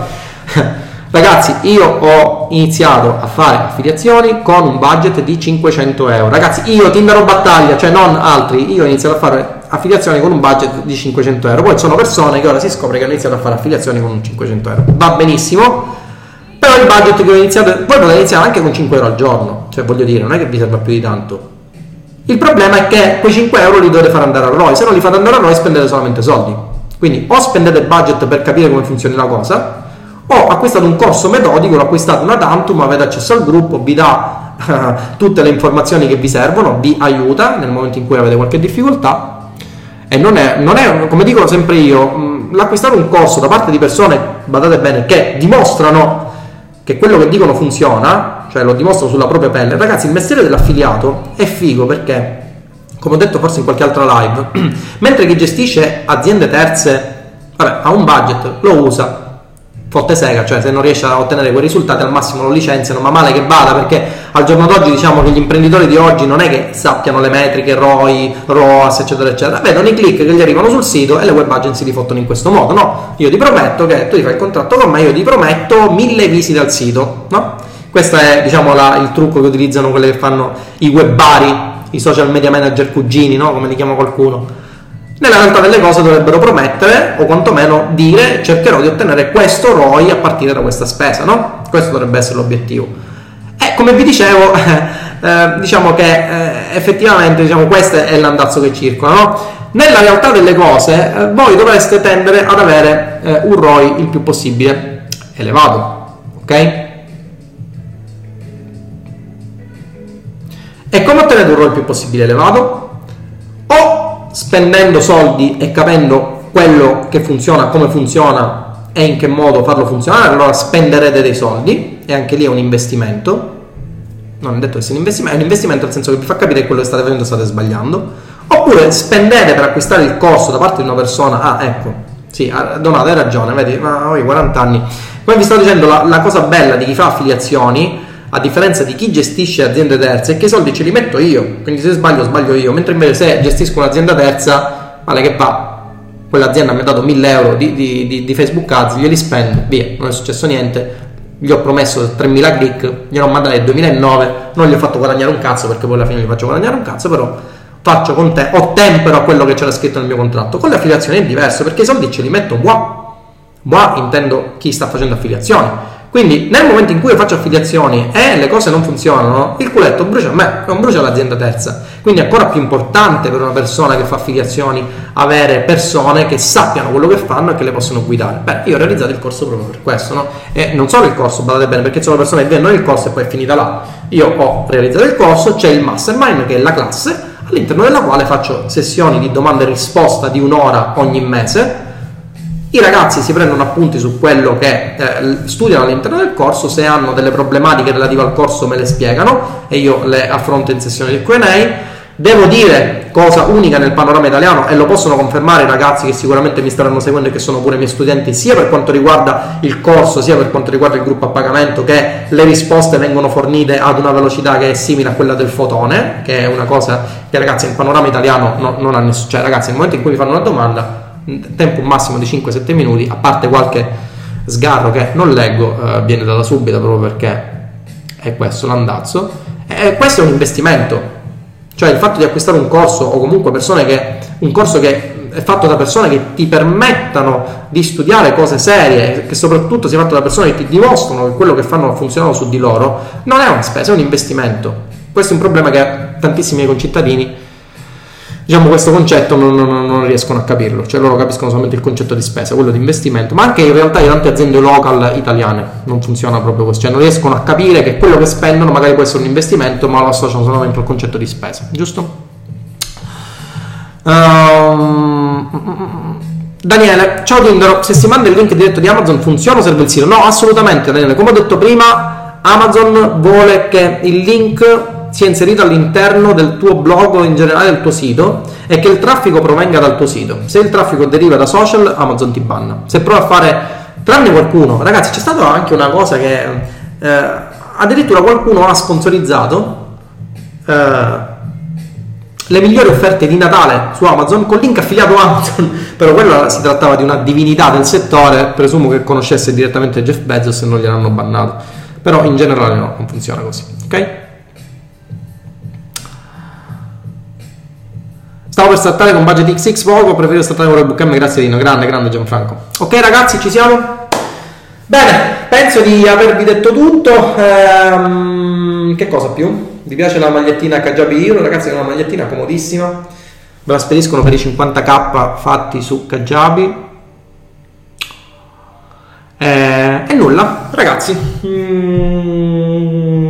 Ragazzi, io ho iniziato a fare affiliazioni con un budget di cinquecento euro. Ragazzi, io Tindaro Battaglia, cioè non altri, io ho iniziato a fare affiliazioni con un budget di cinquecento euro. Poi ci sono persone che ora si scopre che hanno iniziato a fare affiliazioni con cinquecento euro. Va benissimo, però il budget che ho iniziato, voi potete iniziare anche con cinque euro al giorno, cioè voglio dire, non è che vi serva più di tanto. Il problema è che quei cinque euro li dovete fare andare a R O I, se non li fate andare a R O I spendete solamente soldi. Quindi o spendete budget per capire come funziona la cosa, o acquistate un corso metodico, lo acquistate una tantum, avete accesso al gruppo, vi dà uh, tutte le informazioni che vi servono, vi aiuta nel momento in cui avete qualche difficoltà. E non è, non è come dico sempre io, mh, l'acquistare un corso da parte di persone, badate bene, che dimostrano che quello che dicono funziona, cioè lo dimostrano sulla propria pelle. Ragazzi, il mestiere dell'affiliato è figo perché, come ho detto forse in qualche altra live, mentre chi gestisce aziende terze, vabbè, ha un budget, lo usa, fotte sega, cioè se non riesce a ottenere quei risultati al massimo lo licenziano, ma male che vada, perché al giorno d'oggi diciamo che gli imprenditori di oggi non è che sappiano le metriche, R O I, R O A S, eccetera eccetera, vedono i click che gli arrivano sul sito e le web agency li fottono in questo modo. No, io ti prometto che tu ti fai il contratto con me, io ti prometto mille visite al sito, no? Questo è diciamo la, il trucco che utilizzano quelle che fanno i webbari, i social media manager cugini, no? Come li chiama qualcuno. Nella realtà delle cose dovrebbero promettere, o quantomeno dire: cercherò di ottenere questo R O I a partire da questa spesa, no? Questo dovrebbe essere l'obiettivo. E come vi dicevo, eh, diciamo che eh, effettivamente diciamo, questo è l'andazzo che circola, no? Nella realtà delle cose eh, voi dovreste tendere ad avere eh, un R O I il più possibile elevato, ok? E come ottenete un R O I il più possibile elevato? O spendendo soldi e capendo quello che funziona, come funziona e in che modo farlo funzionare, allora spenderete dei soldi, e anche lì è un investimento. Non è detto che sia un investimento, è un investimento nel senso che vi fa capire che quello che state facendo state sbagliando. Oppure spendete per acquistare il corso da parte di una persona. Ah, ecco, sì, Donato, hai ragione, vedi, ma ho quaranta anni. Come vi sto dicendo, la, la cosa bella di chi fa affiliazioni, a differenza di chi gestisce aziende terze, è che i soldi ce li metto io, quindi se sbaglio sbaglio io, mentre invece se gestisco un'azienda terza, male che va, quell'azienda mi ha dato mille euro di, di, di, di Facebook Ads, glieli spendo, via, non è successo niente, gli ho promesso tremila click, gliene ho mandato nel duemilanove, non gli ho fatto guadagnare un cazzo, perché poi alla fine gli faccio guadagnare un cazzo, però faccio con te, ottempero a quello che c'era scritto nel mio contratto. Con le affiliazioni è diverso, perché i soldi ce li metto qua, qua intendo chi sta facendo affiliazioni. Quindi nel momento in cui io faccio affiliazioni e le cose non funzionano, il culetto brucia a me, non brucia l'azienda terza. Quindi è ancora più importante per una persona che fa affiliazioni avere persone che sappiano quello che fanno e che le possono guidare. Beh, io ho realizzato il corso proprio per questo, no? E non solo il corso, badate bene, perché sono persone che vendono il corso e poi è finita là. Io ho realizzato il corso, c'è il mastermind che è la classe all'interno della quale faccio sessioni di domanda e risposta di un'ora ogni mese. I ragazzi si prendono appunti su quello che eh, studiano all'interno del corso, se hanno delle problematiche relative al corso me le spiegano e io le affronto in sessione di Q and A. Devo dire, cosa unica nel panorama italiano, e lo possono confermare i ragazzi che sicuramente mi staranno seguendo e che sono pure miei studenti, sia per quanto riguarda il corso, sia per quanto riguarda il gruppo a pagamento, che le risposte vengono fornite ad una velocità che è simile a quella del fotone, che è una cosa che ragazzi nel panorama italiano no, non ha nessuno. Cioè ragazzi, nel momento in cui mi fanno una domanda, tempo massimo di cinque sette minuti, a parte qualche sgarro che non leggo, eh, viene data subito proprio perché è questo l'andazzo. E questo è un investimento, cioè il fatto di acquistare un corso o comunque persone che un corso che è fatto da persone che ti permettano di studiare cose serie, che soprattutto sia fatto da persone che ti dimostrano che quello che fanno ha funzionato su di loro, non è una spesa, è un investimento. Questo è un problema che tantissimi concittadini, diciamo, questo concetto non, non, non riescono a capirlo, cioè loro capiscono solamente il concetto di spesa, quello di investimento, ma anche in realtà in tante aziende local italiane non funziona proprio così, cioè non riescono a capire che quello che spendono magari può essere un investimento, ma lo associano solamente al concetto di spesa, giusto? Um, Daniele, ciao Tindaro, se si manda il link diretto di Amazon funziona o serve il sito? No, assolutamente Daniele, come ho detto prima, Amazon vuole che il link sia inserito all'interno del tuo blog o in generale del tuo sito e che il traffico provenga dal tuo sito. Se il traffico deriva da social, Amazon ti banna. Se prova a fare, tranne qualcuno, ragazzi, c'è stata anche una cosa che eh, addirittura qualcuno ha sponsorizzato eh, le migliori offerte di Natale su Amazon con link affiliato Amazon, però quello si trattava di una divinità del settore, presumo che conoscesse direttamente Jeff Bezos e non gliel'hanno bannato, però in generale no, non funziona così, ok? Stavo per startare con budget X X poco, preferito startare con Webbook M, grazie Dino, grande, grande Gianfranco. Ok ragazzi, ci siamo? Bene, penso di avervi detto tutto. Ehm, che cosa più? Vi piace la magliettina Kajabi Hero? Ragazzi, è una magliettina comodissima, ve la spediscono per i cinquanta k fatti su Kajabi. E, e nulla, ragazzi. Mm,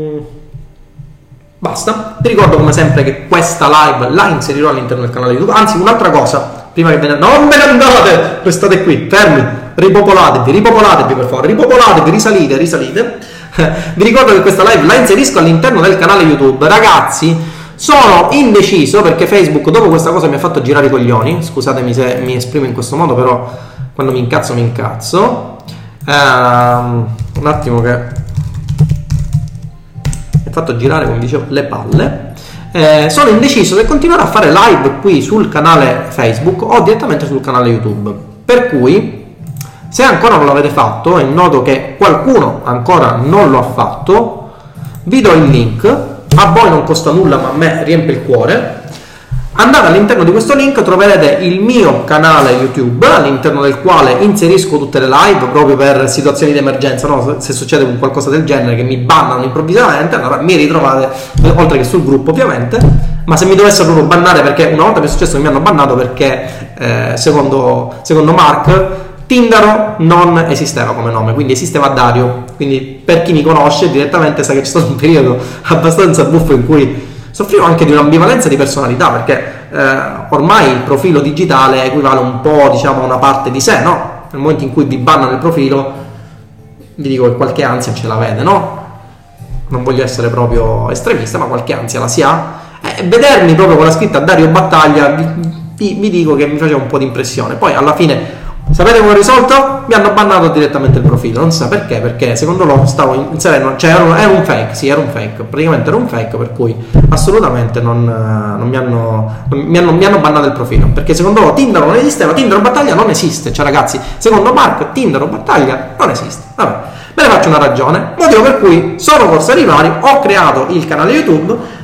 Basta, vi ricordo come sempre che questa live la inserirò all'interno del canale YouTube, anzi un'altra cosa, prima che ve ne... non ve ne andate, restate qui, fermi, ripopolatevi, ripopolatevi per favore, ripopolatevi, risalite, risalite, vi ricordo che questa live la inserisco all'interno del canale YouTube, ragazzi, sono indeciso perché Facebook dopo questa cosa mi ha fatto girare i coglioni, scusatemi se mi esprimo in questo modo, però quando mi incazzo mi incazzo, ehm, un attimo che... fatto girare, come dicevo, le palle. Eh, sono indeciso se continuare a fare live qui sul canale Facebook o direttamente sul canale YouTube, per cui se ancora non l'avete fatto e noto che qualcuno ancora non lo ha fatto, vi do il link, a voi non costa nulla ma a me riempie il cuore. Andate all'interno di questo link, troverete il mio canale YouTube all'interno del quale inserisco tutte le live proprio per situazioni di emergenza, no? Se succede un qualcosa del genere che mi bannano improvvisamente, allora mi ritrovate, oltre che sul gruppo ovviamente, ma se mi dovessero proprio bannare, perché una volta mi è successo che mi hanno bannato perché eh, secondo, secondo Mark Tindaro non esisteva come nome, quindi esisteva Dario, quindi per chi mi conosce direttamente sa che c'è stato un periodo abbastanza buffo in cui soffrivo anche di un'ambivalenza di personalità, perché eh, ormai il profilo digitale equivale un po', diciamo, a una parte di sé, no? Nel momento in cui vi bannano il profilo, vi dico che qualche ansia ce la vede, no? Non voglio essere proprio estremista, ma qualche ansia la si ha. E vedermi proprio con la scritta Dario Battaglia, vi, vi, vi dico che mi faceva un po' di impressione. Poi alla fine, sapete come ho risolto? Mi hanno bannato direttamente il profilo, non si sa perché, perché secondo loro stavo inserendo, cioè era un, era un fake, sì, era un fake, praticamente era un fake, per cui assolutamente non, non, mi, hanno, non mi, hanno, mi hanno bannato il profilo, perché secondo loro Tindaro non esisteva, Tindaro Battaglia non esiste, cioè ragazzi, secondo Mark Tindaro Battaglia non esiste, vabbè, ve ne faccio una ragione, motivo per cui sono corso ai ripari, ho creato il canale YouTube,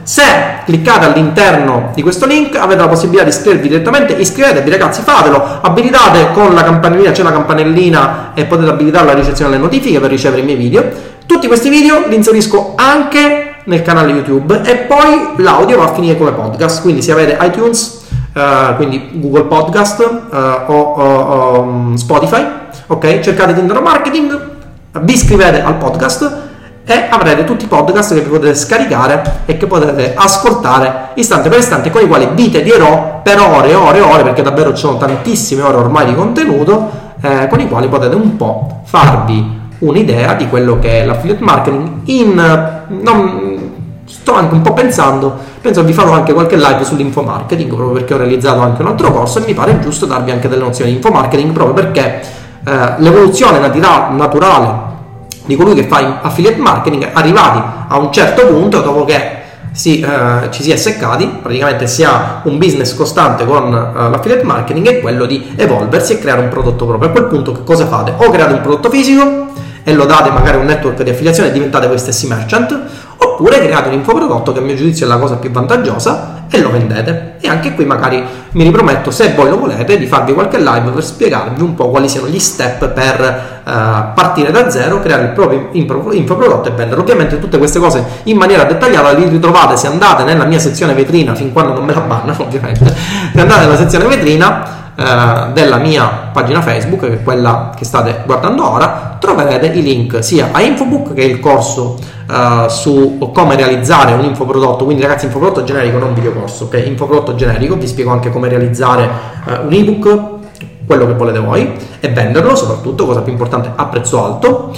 Se cliccate all'interno di questo link avete la possibilità di iscrivervi direttamente, iscrivetevi ragazzi, fatelo, abilitate con la campanellina, c'è la campanellina e potete abilitare la ricezione delle notifiche per ricevere i miei video. Tutti questi video li inserisco anche nel canale YouTube e poi l'audio va a finire come podcast, quindi se avete iTunes, uh, quindi Google Podcast uh, o, o, o Spotify, ok, cercate Tinder Marketing, vi iscrivete al podcast e avrete tutti i podcast che vi potete scaricare e che potete ascoltare istante per istante, con i quali vi tedierò per ore e ore e ore, perché davvero ci sono tantissime ore ormai di contenuto, eh, con i quali potete un po' farvi un'idea di quello che è l'affiliate marketing. In, non, sto anche un po' pensando, penso che vi farò anche qualche live sull'info marketing, proprio perché ho realizzato anche un altro corso e mi pare giusto darvi anche delle nozioni di info marketing, proprio perché eh, l'evoluzione natura- naturale di colui che fa affiliate marketing, arrivati a un certo punto, dopo che si, eh, ci si è seccati, praticamente si ha un business costante con eh, l'affiliate marketing, è quello di evolversi e creare un prodotto proprio. A quel punto che cosa fate? O create un prodotto fisico e lo date magari a un network di affiliazione e diventate voi stessi merchant, oppure create un infoprodotto che a mio giudizio è la cosa più vantaggiosa e lo vendete. E anche qui magari mi riprometto, se voi lo volete, di farvi qualche live per spiegarvi un po' quali siano gli step per uh, partire da zero, creare il proprio infoprodotto e venderlo. Ovviamente tutte queste cose in maniera dettagliata li ritrovate se andate nella mia sezione vetrina, fin quando non me la bannano ovviamente, se andate nella sezione vetrina della mia pagina Facebook, che è quella che state guardando ora, troverete i link sia a Infobook, che è il corso uh, su come realizzare un infoprodotto, quindi ragazzi infoprodotto generico, non videocorso, ok? Infoprodotto generico, vi spiego anche come realizzare uh, un ebook, quello che volete voi, e venderlo, soprattutto, cosa più importante, a prezzo alto.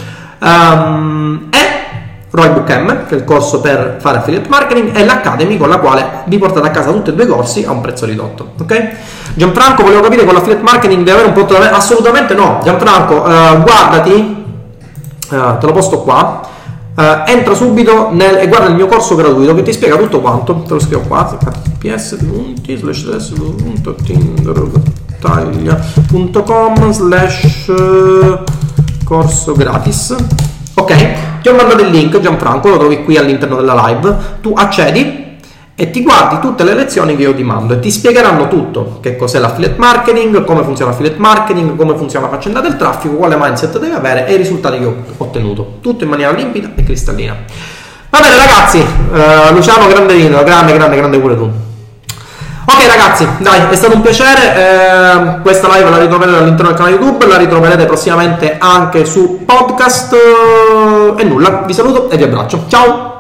Um, e Roybook M, che è il corso per fare affiliate marketing, e l'Academy, con la quale vi portate a casa tutti e due i corsi a un prezzo ridotto, ok? Gianfranco, volevo capire, con l'affiliate marketing devi avere un prodotto da... Assolutamente no, Gianfranco, uh, guardati, uh, te lo posto qua, uh, entra subito nel, e guarda il mio corso gratuito che ti spiega tutto quanto, te lo scrivo qua, h t t p s punto tinder battaglia punto com slash corso gratis, ok? Ti ho mandato il link, Gianfranco, lo trovi qui all'interno della live, tu accedi e ti guardi tutte le lezioni che io ti mando e ti spiegheranno tutto, che cos'è l'affiliate marketing, come funziona l'affiliate marketing, come funziona la faccenda del traffico, quale mindset devi avere e i risultati che ho ottenuto, tutto in maniera limpida e cristallina. Va bene ragazzi, uh, Luciano Granderino, grande grande grande pure tu. Ok ragazzi, dai, è stato un piacere, eh, questa live la ritroverete all'interno del canale YouTube, la ritroverete prossimamente anche su podcast, eh, e nulla, vi saluto e vi abbraccio, ciao!